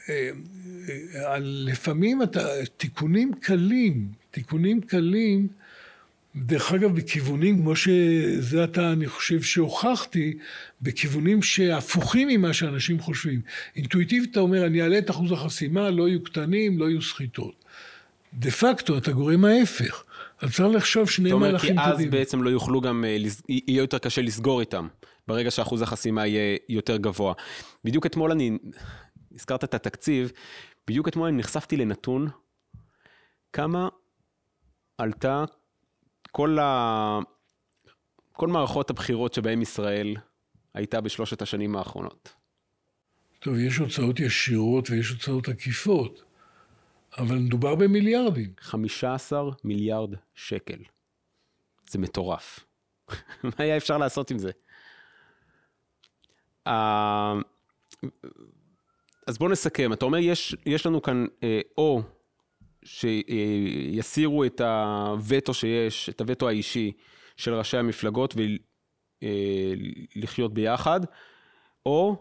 לפעמים תיקונים קלים, תיקונים קלים, דרך אגב, בכיוונים, כמו שזה אתה, אני חושב שהוכחתי, בכיוונים שהפוכים ממה שאנשים חושבים. אינטואיטיבית אתה אומר, אני אעלה את אחוז החסימה, לא יהיו קטנים, לא יהיו סחיטות. דה פקטו, אתה גורם ההפך. אז צריך לחשוב שני מהלכים קדימה. כי אז בעצם לא יוכלו גם, יהיה יותר קשה לסגור איתם, ברגע שאחוז החסימה יהיה יותר גבוה. בדיוק אתמול אני, הזכרת את התקציב, בדיוק אתמול אני נחשפתי לנתון, כמה עלתה כל, ה... כל מערכות הבחירות שבהם ישראל הייתה בשלושת השנים האחרונות. טוב, יש הוצאות ישירות ויש הוצאות עקיפות, אבל מדובר במיליארדים. חמישה עשר מיליארד שקל. זה מטורף. מה היה אפשר לעשות עם זה? אז בואו נסכם. אתה אומר, יש, יש לנו כאן או שיסירו את הווטו שיש, את הווטו האישי של ראשי המפלגות ולחיות ביחד, או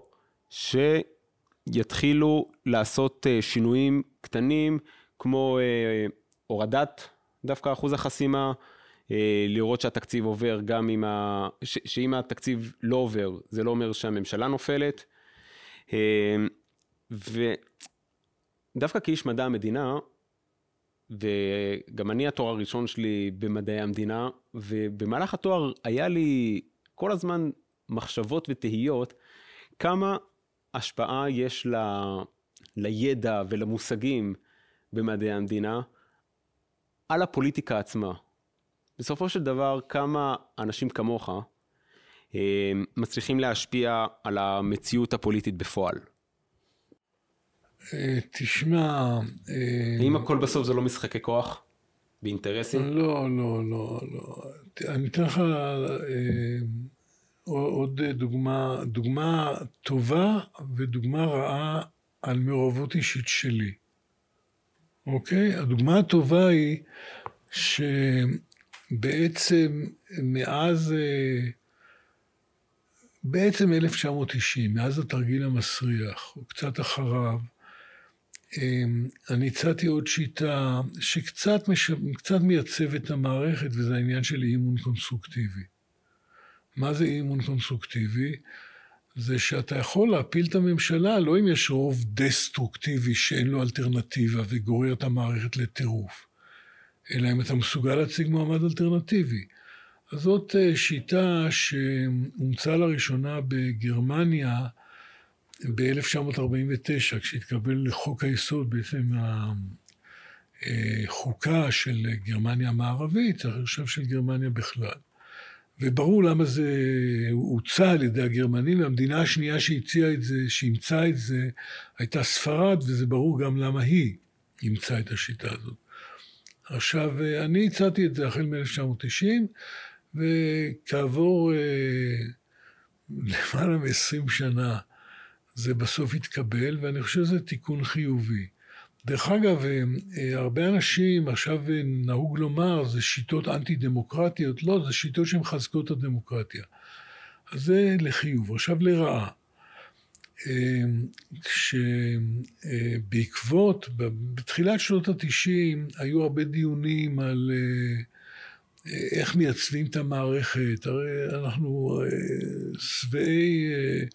שיתחילו לעשות שינויים קטנים, כמו הורדת דווקא אחוז החסימה, לראות שהתקציב עובר גם עם ה... ש... שאם התקציב לא עובר, זה לא אומר שהממשלה נופלת. ודווקא כאיש מדע המדינה, וגם אני התואר הראשון שלי במדעי המדינה, ובמהלך התואר היה לי כל הזמן מחשבות ותהיות, כמה השפעה יש ל... לידע ולמושגים במדעי המדינה, על הפוליטיקה עצמה. בסופו של דבר, כמה אנשים כמוך מצליחים להשפיע על המציאות הפוליטית בפועל? תשמע... האם הכל בסוף זה לא משחקי כוח? באינטרסים? לא, לא, לא, לא. אני אתן לך עוד דוגמה, דוגמה טובה ודוגמה רעה על מעורבות אישית שלי. אוקיי? הדוגמה הטובה היא שבעצם מאז, בעצם אלף תשע מאות תשעים, מאז התרגיל המסריח, או קצת אחריו, אני הצעתי עוד שיטה שקצת מש... קצת מייצב את המערכת, וזה העניין של אימון קונסטרוקטיבי. מה זה אימון קונסטרוקטיבי? זה שאתה יכול להפיל את הממשלה, לא אם יש רוב דסטרוקטיבי שאין לו אלטרנטיבה וגורר את המערכת לטירוף, אלא אם אתה מסוגל להציג מועמד אלטרנטיבי. אז זאת שיטה שהומצאה לראשונה בגרמניה ב-אלף תשע מאות ארבעים ותשע, כשהתקבל לחוק היסוד, בעצם החוקה של גרמניה המערבית, אני חושב של גרמניה בכלל. וברור למה זה הוצא על ידי הגרמנים, והמדינה השנייה שהציעה את זה, שהמצאה את זה, הייתה ספרד, וזה ברור גם למה היא המצאה את השיטה הזאת. עכשיו, אני הצעתי את זה החל מ-אלף תשע מאות תשעים, וכעבור אה, למעלה מ-עשרים שנה, זה בסוף התקבל, ואני חושב שזה תיקון חיובי. דרך אגב, הרבה אנשים עכשיו נהוג לומר, זה שיטות אנטי-דמוקרטיות, לא, זה שיטות שמחזקות את הדמוקרטיה. אז זה לחיוב. עכשיו לרעה. כשבעקבות, בתחילת שנות התשעים, היו הרבה דיונים על איך מייצבים את המערכת. הרי אנחנו שבעי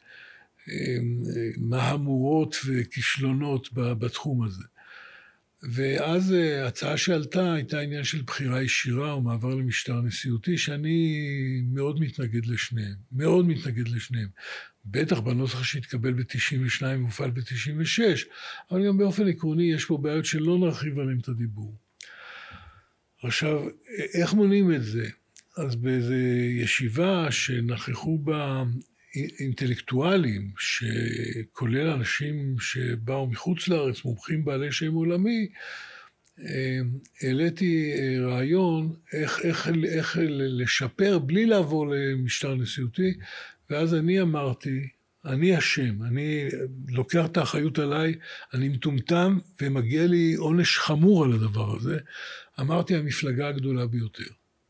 מהמורות וכישלונות בתחום הזה. ואז ההצעה שעלתה הייתה עניין של בחירה ישירה או מעבר למשטר נשיאותי, שאני מאוד מתנגד לשניהם, מאוד מתנגד לשניהם. בטח בנוסח שהתקבל ב-תשעים ושתיים והופעל ב-תשעים ושש, אבל גם באופן עקרוני יש פה בעיות שלא נרחיב עליהם את הדיבור. עכשיו, איך מונים את זה? אז באיזו ישיבה שנכחו בה אינטלקטואלים, שכולל אנשים שבאו מחוץ לארץ, מומחים בעלי שם עולמי, העליתי רעיון איך, איך, איך לשפר בלי לעבור למשטר נשיאותי, ואז אני אמרתי, אני אשם, אני לוקח את האחריות עליי, אני מטומטם ומגיע לי עונש חמור על הדבר הזה. אמרתי, המפלגה הגדולה ביותר,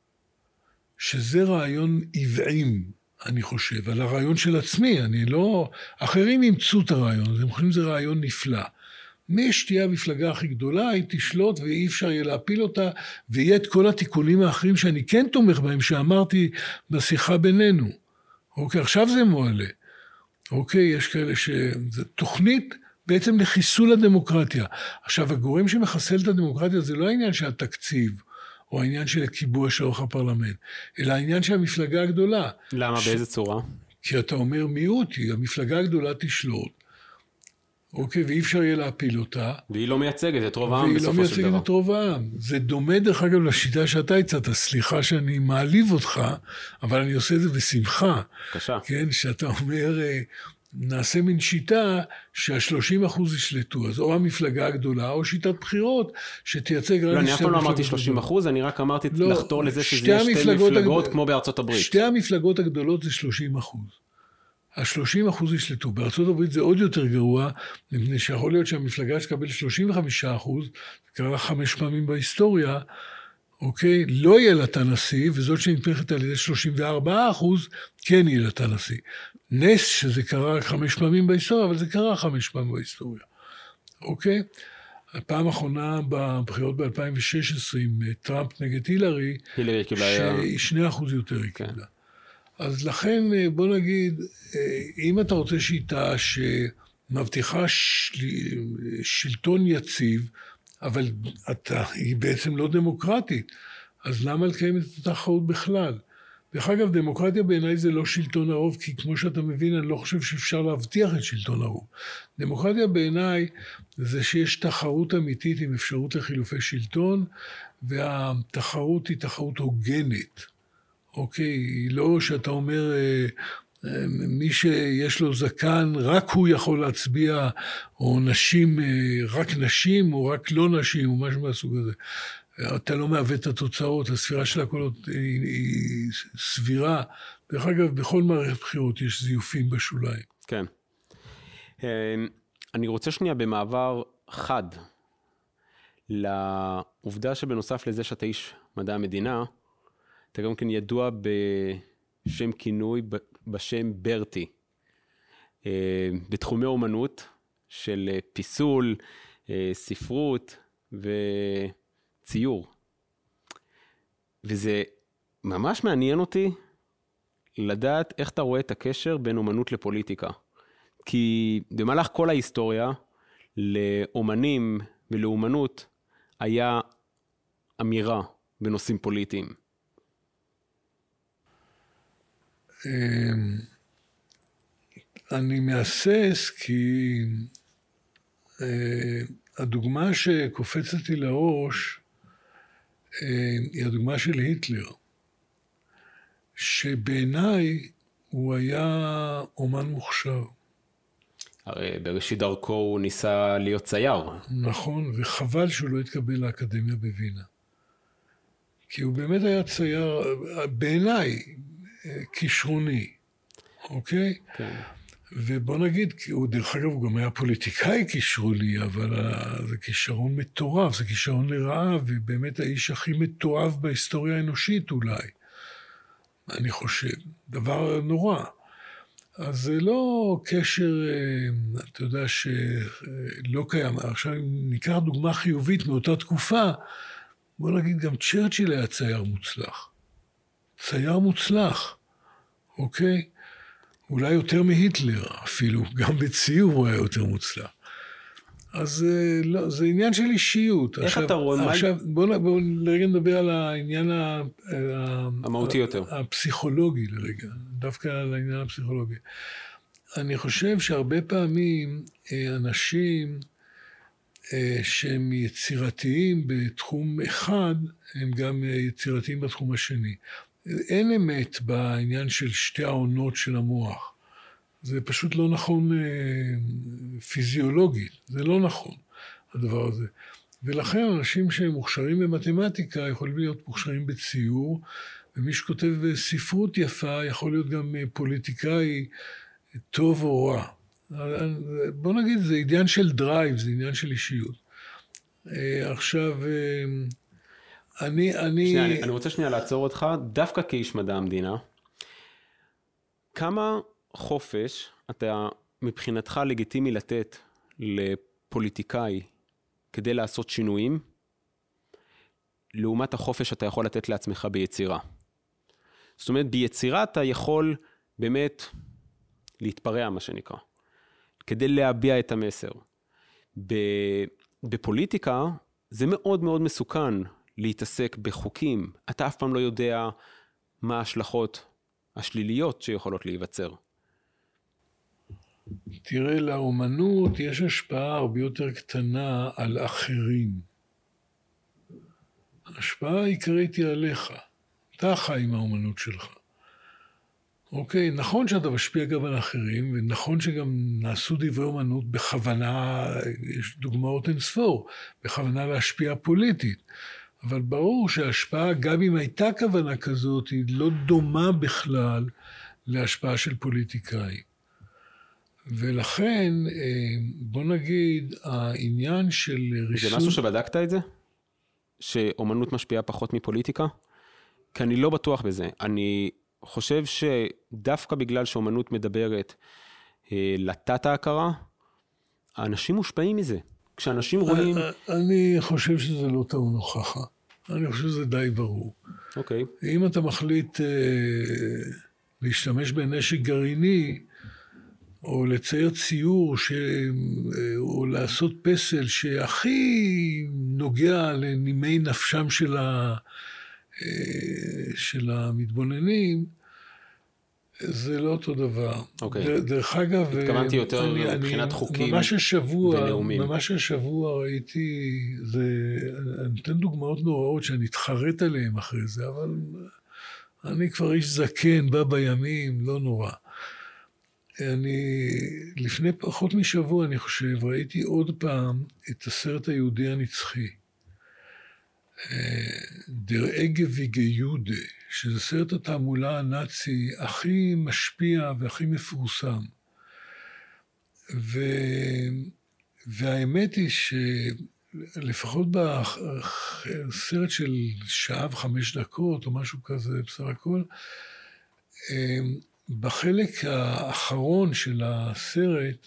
שזה רעיון עוועים, אני חושב, על הרעיון של עצמי, אני לא, אחרים ימצאו את הרעיון, הם חושבים שזה רעיון נפלא. מי שתהיה המפלגה הכי גדולה, היא תשלוט ואי אפשר יהיה להפיל אותה, ויהיה את כל התיקונים האחרים שאני כן תומך בהם, שאמרתי בשיחה בינינו. אוקיי, עכשיו זה מועלה. אוקיי, יש כאלה שזה תוכנית בעצם לחיסול הדמוקרטיה. עכשיו, הגורם שמחסל את הדמוקרטיה זה לא העניין של התקציב, או העניין של קיבוע של אורך הפרלמנט, אלא העניין של המפלגה הגדולה. למה? ש... באיזה צורה? כי אתה אומר מיעוט, המפלגה הגדולה תשלוט, אוקיי, ואי אפשר יהיה להפיל אותה. והיא לא מייצגת את רוב העם בסופו של דבר. והיא לא מייצגת את רוב העם. זה דומה דרך אגב לשיטה שאתה הצעת, סליחה שאני מעליב אותך, אבל אני עושה את זה בשמחה. קשה. כן, שאתה אומר, נעשה מין שיטה שה-שלושים אחוז ישלטו, אז או המפלגה הגדולה, או שיטת בחירות, שתייצג... לא, אני אף פעם לא אמרתי שלושים אחוז, אני רק אמרתי לחתור לזה שזה יהיה שתי מפלגות כמו בארצות הברית. שתי המפלגות הגדולות זה שלושים אחוז. ה-שלושים אחוז ישלטו. בארצות הברית זה עוד יותר גרוע, מפני שיכול להיות שהמפלגה שתקבל שלושים וחמישה אחוז, קרה חמש פעמים בהיסטוריה, אוקיי, לא יהיה לה את הנשיא, וזאת שנתמכת על ידי שלושים וארבעה אחוז, כן יהיה לה את הנשיא. נס שזה קרה חמש פעמים בהיסטוריה, אבל זה קרה חמש פעמים בהיסטוריה. אוקיי? הפעם האחרונה בבחירות ב-אלפיים ושש עשרה עם טראמפ נגד הילרי, הילרי קיבלה... שהיא שני אחוז יותר היא קיבלה. אז לכן בוא נגיד, אם אתה רוצה שיטה שמבטיחה של... שלטון יציב, אבל אתה, היא בעצם לא דמוקרטית, אז למה לקיים את התחרות בכלל? דרך אגב, דמוקרטיה בעיניי זה לא שלטון הרוב, כי כמו שאתה מבין, אני לא חושב שאפשר להבטיח את שלטון הרוב. דמוקרטיה בעיניי זה שיש תחרות אמיתית עם אפשרות לחילופי שלטון, והתחרות היא תחרות הוגנת. אוקיי, היא לא שאתה אומר, מי שיש לו זקן, רק הוא יכול להצביע, או נשים, רק נשים, או רק לא נשים, או משהו מהסוג הזה. אתה לא מעוות את התוצאות, הספירה של הקולות היא, היא סבירה. דרך אגב, בכל מערכת בחירות יש זיופים בשוליים. כן. אני רוצה שנייה במעבר חד, לעובדה שבנוסף לזה שאתה איש מדע המדינה, אתה גם כן ידוע בשם כינוי, בשם ברטי, בתחומי אומנות של פיסול, ספרות וציור. וזה ממש מעניין אותי לדעת איך אתה רואה את הקשר בין אומנות לפוליטיקה. כי במהלך כל ההיסטוריה, לאומנים ולאומנות היה אמירה בנושאים פוליטיים. אני מאסס כי הדוגמה שקופצת לי לראש היא הדוגמה של היטלר, שבעיניי הוא היה אומן מוכשר. הרי בראשית דרכו הוא ניסה להיות צייר. נכון, וחבל שהוא לא התקבל לאקדמיה בווינה. כי הוא באמת היה צייר, בעיניי, כישרוני, אוקיי? כן. ובוא נגיד, הוא דרך אגב, הוא גם היה פוליטיקאי כישרוני, אבל זה כישרון מטורף, זה כישרון לרעה, ובאמת האיש הכי מטורף בהיסטוריה האנושית אולי. אני חושב, דבר נורא. אז זה לא קשר, אתה יודע, שלא קיים. עכשיו, אם ניקח דוגמה חיובית מאותה תקופה, בוא נגיד, גם צ'רצ'יל היה צייר מוצלח. צייר מוצלח, אוקיי? אולי יותר מהיטלר אפילו, גם בציור הוא היה יותר מוצלח. אז לא, זה עניין של אישיות. איך עכשיו, אתה רואה? עכשיו, בואו בוא לרגע נדבר על העניין ה, המהותי יותר. הפסיכולוגי לרגע, דווקא על העניין הפסיכולוגי. אני חושב שהרבה פעמים אנשים שהם יצירתיים בתחום אחד, הם גם יצירתיים בתחום השני. אין אמת בעניין של שתי העונות של המוח. זה פשוט לא נכון פיזיולוגית, זה לא נכון הדבר הזה. ולכן אנשים שהם מוכשרים במתמטיקה יכולים להיות מוכשרים בציור, ומי שכותב ספרות יפה יכול להיות גם פוליטיקאי טוב או רע. בוא נגיד, זה עניין של דרייב, זה עניין של אישיות. עכשיו, אני... אני... שנייה, אני, אני רוצה שנייה לעצור אותך, דווקא כאיש מדע המדינה. כמה חופש אתה מבחינתך לגיטימי לתת לפוליטיקאי כדי לעשות שינויים, לעומת החופש שאתה יכול לתת לעצמך ביצירה? זאת אומרת, ביצירה אתה יכול באמת להתפרע, מה שנקרא, כדי להביע את המסר. בפוליטיקה זה מאוד מאוד מסוכן להתעסק בחוקים. אתה אף פעם לא יודע מה ההשלכות השליליות שיכולות להיווצר. תראה, לאומנות יש השפעה הרבה יותר קטנה על אחרים. ההשפעה העיקרית היא עליך. אתה חי עם האומנות שלך. אוקיי, נכון שאתה משפיע גם על אחרים, ונכון שגם נעשו דברי אומנות בכוונה, יש דוגמאות אין ספור, בכוונה להשפיע פוליטית. אבל ברור שההשפעה, גם אם הייתה כוונה כזאת, היא לא דומה בכלל להשפעה של פוליטיקאים. ולכן, בוא נגיד, העניין של ריסון... זה משהו שבדקת את זה? שאומנות משפיעה פחות מפוליטיקה? כי אני לא בטוח בזה. אני חושב שדווקא בגלל שאומנות מדברת אה, לתת ההכרה, האנשים מושפעים מזה. כשאנשים רואים... אני חושב שזה לא טעון הוכחה. אני חושב שזה די ברור. אוקיי. אם אתה מחליט אה, להשתמש בנשק גרעיני, או לצייר ציור, ש... או לעשות פסל שהכי נוגע לנימי נפשם של, ה... של המתבוננים, זה לא אותו דבר. אוקיי. דרך אגב, התכוונתי יותר אני, מבחינת אני, חוקים ממש השבוע, ונאומים. ממש השבוע ראיתי, זה, אני אתן דוגמאות נוראות שאני אתחרט עליהן אחרי זה, אבל אני כבר איש זקן, בא בימים, לא נורא. אני, לפני פחות משבוע, אני חושב, ראיתי עוד פעם את הסרט היהודי הנצחי. דר אגה ויגה יהודה, שזה סרט התעמולה הנאצי הכי משפיע והכי מפורסם. ו... והאמת היא שלפחות בסרט של שעה וחמש דקות, או משהו כזה בסך הכל, בחלק האחרון של הסרט,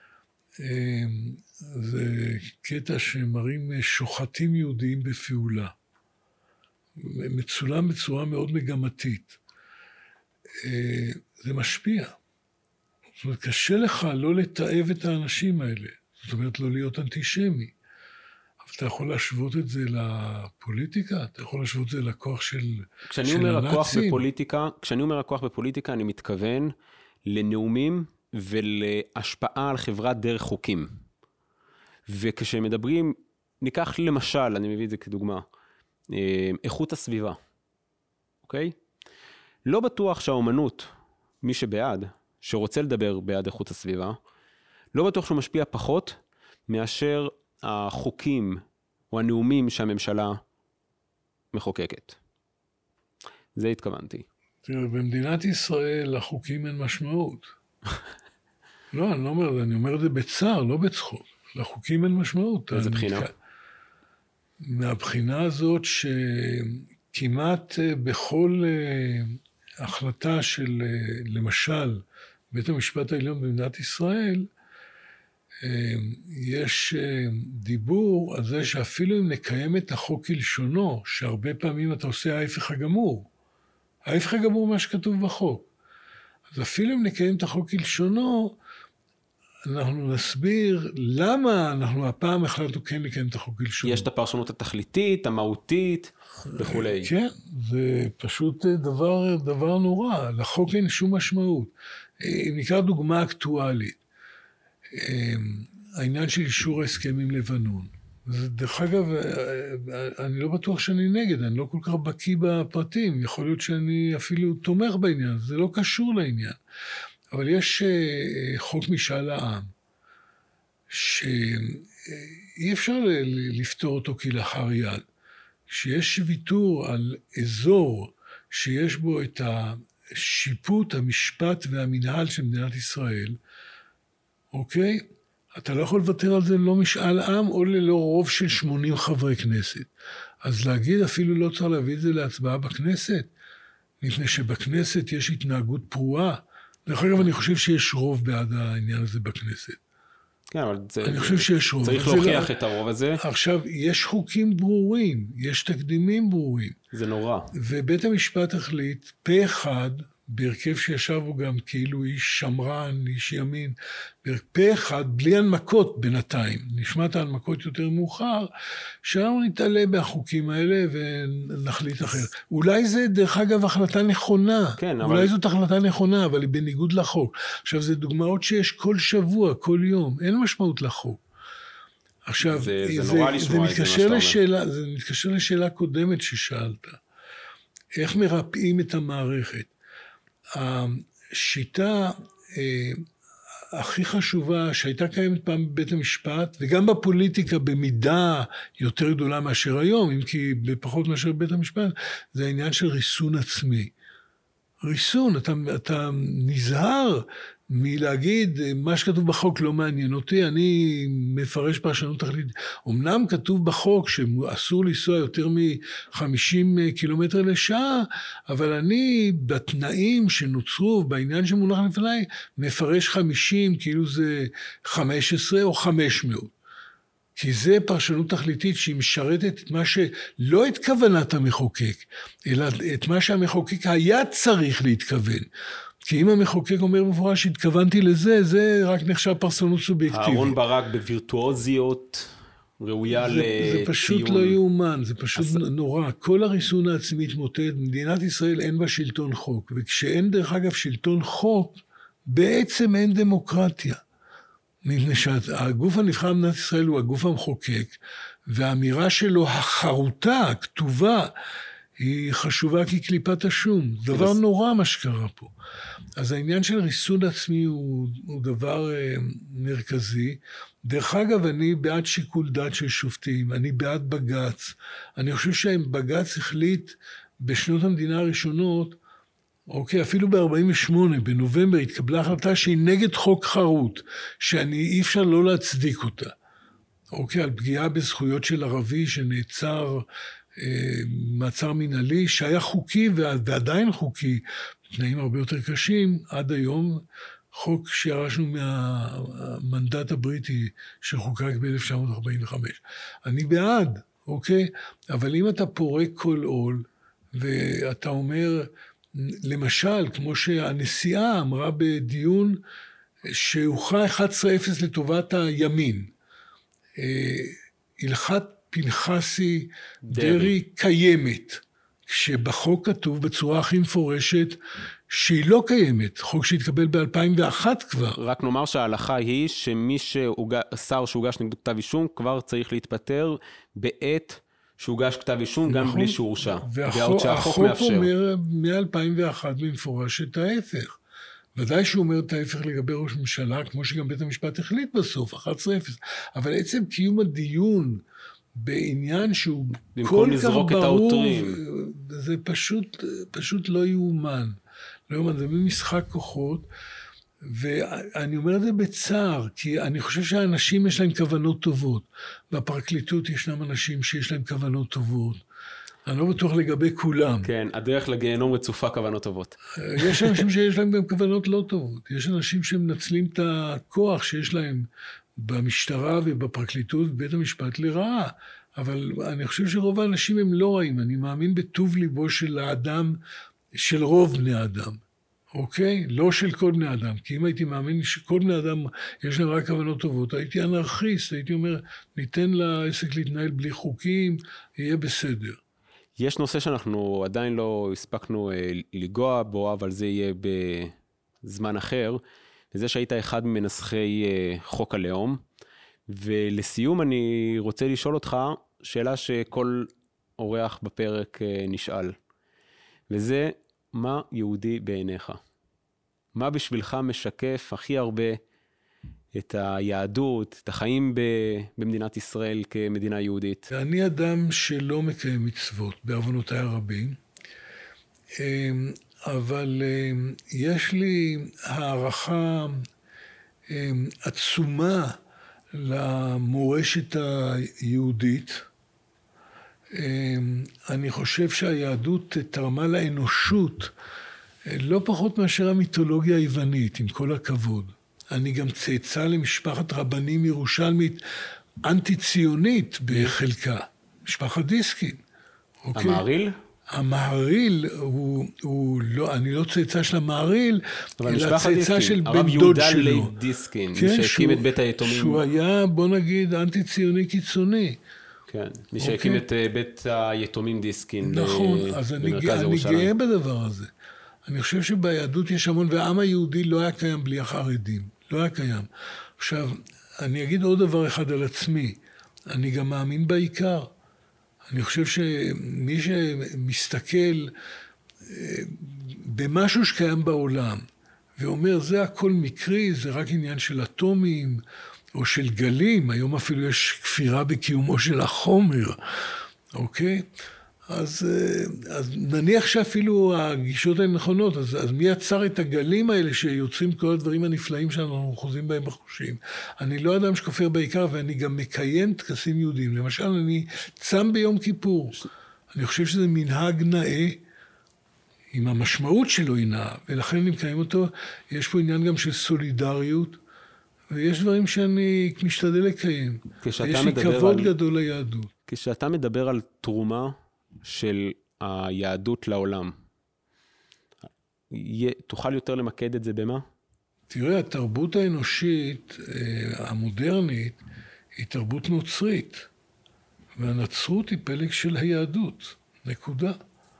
זה קטע שמראים שוחטים יהודיים בפעולה. מצולם בצורה מאוד מגמתית. זה משפיע. זאת אומרת, קשה לך לא לתעב את האנשים האלה. זאת אומרת, לא להיות אנטישמי. אבל אתה יכול להשוות את זה לפוליטיקה? אתה יכול להשוות את זה לכוח של הנאצים? כשאני אומר הכוח בפוליטיקה, כשאני אומר הכוח בפוליטיקה, אני מתכוון לנאומים ולהשפעה על חברה דרך חוקים. וכשמדברים, ניקח למשל, אני מביא את זה כדוגמה, איכות הסביבה, אוקיי? לא בטוח שהאומנות, מי שבעד, שרוצה לדבר בעד איכות הסביבה, לא בטוח שהוא משפיע פחות מאשר החוקים או הנאומים שהממשלה מחוקקת. זה התכוונתי. תראה, במדינת ישראל החוקים אין משמעות. לא, אני לא אומר, אני אומר את זה בצער, לא בצחוק. לחוקים אין משמעות. איזה בחינה? מהבחינה הזאת שכמעט בכל החלטה של, למשל, בית המשפט העליון במדינת ישראל, יש דיבור על זה שאפילו אם נקיים את החוק כלשונו, שהרבה פעמים אתה עושה ההפך הגמור, ההפך הגמור מה שכתוב בחוק. אז אפילו אם נקיים את החוק כלשונו, אנחנו נסביר למה אנחנו הפעם החלטנו כן לקיים את החוק כלשונו. יש את הפרשנות התכליתית, המהותית וכולי. כן, זה פשוט דבר, דבר נורא. לחוק אין שום משמעות. אם נקרא דוגמה אקטואלית, העניין של אישור ההסכם עם לבנון. דרך אגב, אני לא בטוח שאני נגד, אני לא כל כך בקיא בפרטים, יכול להיות שאני אפילו תומך בעניין, זה לא קשור לעניין. אבל יש חוק משאל העם, שאי אפשר לפתור אותו כלאחר יד. כשיש ויתור על אזור שיש בו את השיפוט, המשפט והמנהל של מדינת ישראל, אוקיי? אתה לא יכול לוותר על זה לא משאל עם או ללא רוב של שמונים חברי כנסת. אז להגיד אפילו לא צריך להביא את זה להצבעה בכנסת, מפני שבכנסת יש התנהגות פרועה. דרך אגב, אני חושב שיש רוב בעד העניין הזה בכנסת. כן, אבל זה, אני חושב שיש רוב. צריך להוכיח לא... את הרוב הזה. עכשיו, יש חוקים ברורים, יש תקדימים ברורים. זה נורא. ובית המשפט החליט פה אחד, בהרכב שישב הוא גם כאילו איש שמרן, איש ימין, פה אחד, בלי הנמקות בינתיים, נשמע את ההנמקות יותר מאוחר, שאנחנו נתעלה בחוקים האלה ונחליט אחרת. אולי זה דרך אגב החלטה נכונה, כן, אולי אבל... זאת החלטה נכונה, אבל היא בניגוד לחוק. עכשיו זה דוגמאות שיש כל שבוע, כל יום, אין משמעות לחוק. עכשיו, זה, זה, זה, נורא זה, לשמוע זה, את זה, מתקשר לשאלה, זה מתקשר לשאלה קודמת ששאלת. איך מרפאים את המערכת? השיטה אה, הכי חשובה שהייתה קיימת פעם בבית המשפט, וגם בפוליטיקה במידה יותר גדולה מאשר היום, אם כי בפחות מאשר בבית המשפט, זה העניין של ריסון עצמי. ריסון, אתה, אתה נזהר מלהגיד, מה שכתוב בחוק לא מעניין אותי, אני מפרש פרשנות תכליתית. אמנם כתוב בחוק שאסור לנסוע יותר מ-חמישים קילומטר לשעה, אבל אני בתנאים שנוצרו, בעניין שמונח לפניי, מפרש חמישים, כאילו זה חמש עשרה או חמש מאות. כי זה פרשנות תכליתית שהיא משרתת את מה שלא את כוונת המחוקק, אלא את מה שהמחוקק היה צריך להתכוון. כי אם המחוקק אומר בפורש שהתכוונתי לזה, זה רק נחשב פרשנות סובייקטיבית. אהרון ברק בווירטואוזיות ראויה לציון. זה פשוט לא יאומן, זה פשוט אז... נורא. כל הריסון העצמי התמוטט, מדינת ישראל אין בה שלטון חוק, וכשאין דרך אגב שלטון חוק, בעצם אין דמוקרטיה. מפני שהגוף הנבחר במדינת ישראל הוא הגוף המחוקק, והאמירה שלו החרוטה, הכתובה, היא חשובה כקליפת השום. דבר נורא מה שקרה פה. אז העניין של ריסון עצמי הוא, הוא דבר uh, מרכזי. דרך אגב, אני בעד שיקול דעת של שופטים, אני בעד בגץ. אני חושב שבגץ החליט בשנות המדינה הראשונות, אוקיי, אפילו ב-ארבעים ושמונה, בנובמבר, התקבלה החלטה שהיא נגד חוק חרות, שאני אי אפשר לא להצדיק אותה. אוקיי, על פגיעה בזכויות של ערבי שנעצר, אה, מעצר מנהלי, שהיה חוקי ועדיין חוקי, תנאים הרבה יותר קשים, עד היום, חוק שירשנו מהמנדט הבריטי שחוקק ב-אלף תשע מאות ארבעים וחמש. אני בעד, אוקיי? אבל אם אתה פורק כל עול, ואתה אומר, למשל, כמו שהנשיאה אמרה בדיון שהוכרע אחת עשרה אפס לטובת הימין. הלכת פנחסי דרעי קיימת, כשבחוק כתוב בצורה הכי מפורשת שהיא לא קיימת, חוק שהתקבל ב-אלפיים ואחת כבר. רק נאמר שההלכה היא שמי שר שהוגש נגדו כתב אישום כבר צריך להתפטר בעת שהוגש כתב אישום גם בלי שהורשע. והחוק אומר מ-אלפיים ואחת במפורש את ההפך. ודאי שהוא אומר את ההפך לגבי ראש ממשלה, כמו שגם בית המשפט החליט בסוף, אחת עשרה אפס. אבל עצם קיום הדיון בעניין שהוא כל כך ברור, זה פשוט, פשוט לא יאומן. לא יאומן, זה משחק כוחות. ואני אומר את זה בצער, כי אני חושב שהאנשים יש להם כוונות טובות. בפרקליטות ישנם אנשים שיש להם כוונות טובות. אני לא בטוח לגבי כולם. כן, הדרך לגיהנום רצופה כוונות טובות. יש אנשים שיש להם גם כוונות לא טובות. יש אנשים שמנצלים את הכוח שיש להם במשטרה ובפרקליטות ובבית המשפט לרעה. אבל אני חושב שרוב האנשים הם לא רעים. אני מאמין בטוב ליבו של האדם, של רוב בני האדם. אוקיי? לא של כל בני אדם. כי אם הייתי מאמין שכל בני אדם יש להם רק כוונות טובות, הייתי אנרכיסט. הייתי אומר, ניתן לעסק להתנהל בלי חוקים, יהיה בסדר. יש נושא שאנחנו עדיין לא הספקנו לגוע בו, אבל זה יהיה בזמן אחר, וזה שהיית אחד ממנסחי חוק הלאום, ולסיום אני רוצה לשאול אותך שאלה שכל אורח בפרק נשאל, וזה מה יהודי בעיניך? מה בשבילך משקף הכי הרבה את היהדות, את החיים במדינת ישראל כמדינה יהודית? אני אדם שלא מקיים מצוות בעוונותיי הרבים, אבל יש לי הערכה עצומה למורשת היהודית. אני חושב שהיהדות תרמה לאנושות לא פחות מאשר המיתולוגיה היוונית, עם כל הכבוד. אני גם צאצא למשפחת רבנים ירושלמית אנטי-ציונית בחלקה, משפחת דיסקין. אוקיי? המהריל? המהריל הוא, הוא לא, אני לא צאצא של המהריל, אלא צאצא של בן דוד שלו. הרב יהודה לייב דיסקין, כן, שהקים את בית היתומים. שהוא היה, בוא נגיד, אנטי-ציוני קיצוני. כן, מי שהקים את בית היתומים דיסקין. נכון, אז אני, אני גאה בדבר הזה. אני חושב שביהדות יש המון, והעם היהודי לא היה קיים בלי החרדים, לא היה קיים. עכשיו, אני אגיד עוד דבר אחד על עצמי, אני גם מאמין בעיקר. אני חושב שמי שמסתכל במשהו שקיים בעולם, ואומר, זה הכל מקרי, זה רק עניין של אטומים, או של גלים, היום אפילו יש כפירה בקיומו של החומר, אוקיי? אז, אז נניח שאפילו הגישות הן נכונות, אז, אז מי יצר את הגלים האלה שיוצרים כל הדברים הנפלאים שאנחנו חוזים בהם בחושים? אני לא אדם שכופר בעיקר, ואני גם מקיים טקסים יהודים. למשל, אני צם ביום כיפור. אני חושב שזה מנהג נאה, עם המשמעות שלו היא נאה, ולכן אני מקיים אותו. יש פה עניין גם של סולידריות, ויש דברים שאני משתדל לקיים. יש לי כבוד על... גדול ליהדות. כשאתה מדבר על תרומה, של היהדות לעולם. תוכל יותר למקד את זה במה? תראה, התרבות האנושית, המודרנית, היא תרבות נוצרית. והנצרות היא פלג של היהדות. נקודה.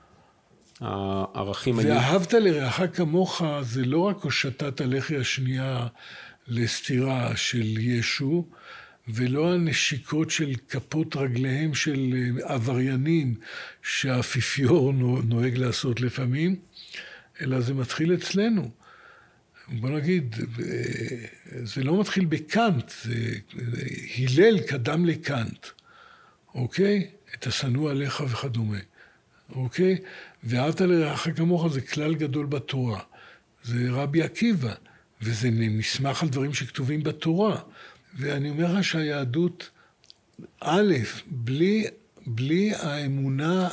הערכים... ואהבת לרעך כמוך, זה לא רק הושטת הלחי השנייה לסתירה של ישו, ולא הנשיקות של כפות רגליהם של עבריינים שהאפיפיור נוהג לעשות לפעמים, אלא זה מתחיל אצלנו. בוא נגיד, זה לא מתחיל בקאנט, זה הלל קדם לקאנט, אוקיי? את השנוא עליך וכדומה, אוקיי? ואהבת לרעך כמוך זה כלל גדול בתורה. זה רבי עקיבא, וזה מסמך על דברים שכתובים בתורה. ואני אומר לך שהיהדות, א', בלי, בלי האמונה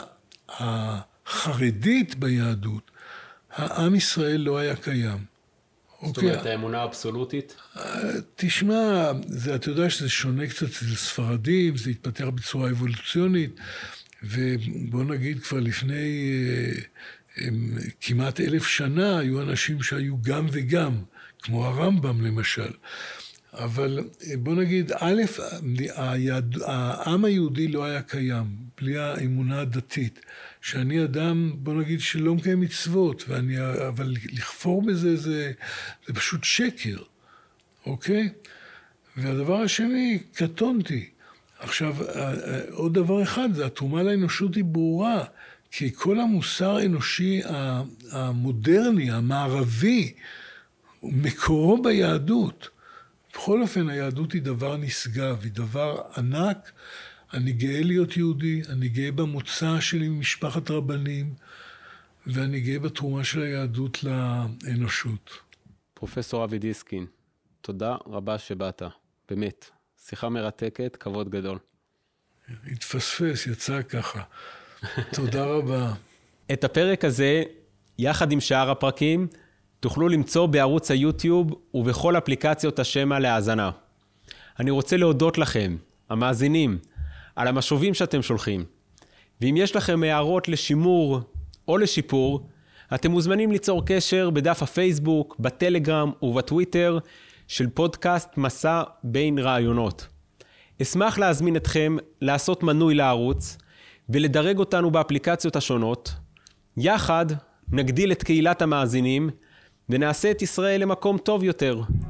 החרדית ביהדות, העם ישראל לא היה קיים. זאת אומרת, אוקיי? האמונה האבסולוטית? תשמע, זה, אתה יודע שזה שונה קצת אצל ספרדים, זה התפתח בצורה אבולוציונית, ובוא נגיד כבר לפני הם, כמעט אלף שנה, היו אנשים שהיו גם וגם, כמו הרמב"ם למשל. אבל בוא נגיד, א', היד... העם היהודי לא היה קיים, בלי האמונה הדתית, שאני אדם, בוא נגיד, שלא מקיים מצוות, ואני, אבל לכפור בזה זה, זה פשוט שקר, אוקיי? והדבר השני, קטונתי. עכשיו, עוד דבר אחד, זה התרומה לאנושות היא ברורה, כי כל המוסר האנושי המודרני, המערבי, מקורו ביהדות. בכל אופן, היהדות היא דבר נשגב, היא דבר ענק. אני גאה להיות יהודי, אני גאה במוצא שלי ממשפחת רבנים, ואני גאה בתרומה של היהדות לאנושות. פרופסור אבי דיסקין, תודה רבה שבאת, באמת. שיחה מרתקת, כבוד גדול. התפספס, יצא ככה. תודה רבה. את הפרק הזה, יחד עם שאר הפרקים, תוכלו למצוא בערוץ היוטיוב ובכל אפליקציות השמע להאזנה. אני רוצה להודות לכם, המאזינים, על המשובים שאתם שולחים. ואם יש לכם הערות לשימור או לשיפור, אתם מוזמנים ליצור קשר בדף הפייסבוק, בטלגרם ובטוויטר של פודקאסט מסע בין רעיונות. אשמח להזמין אתכם לעשות מנוי לערוץ ולדרג אותנו באפליקציות השונות. יחד נגדיל את קהילת המאזינים ונעשה את ישראל למקום טוב יותר.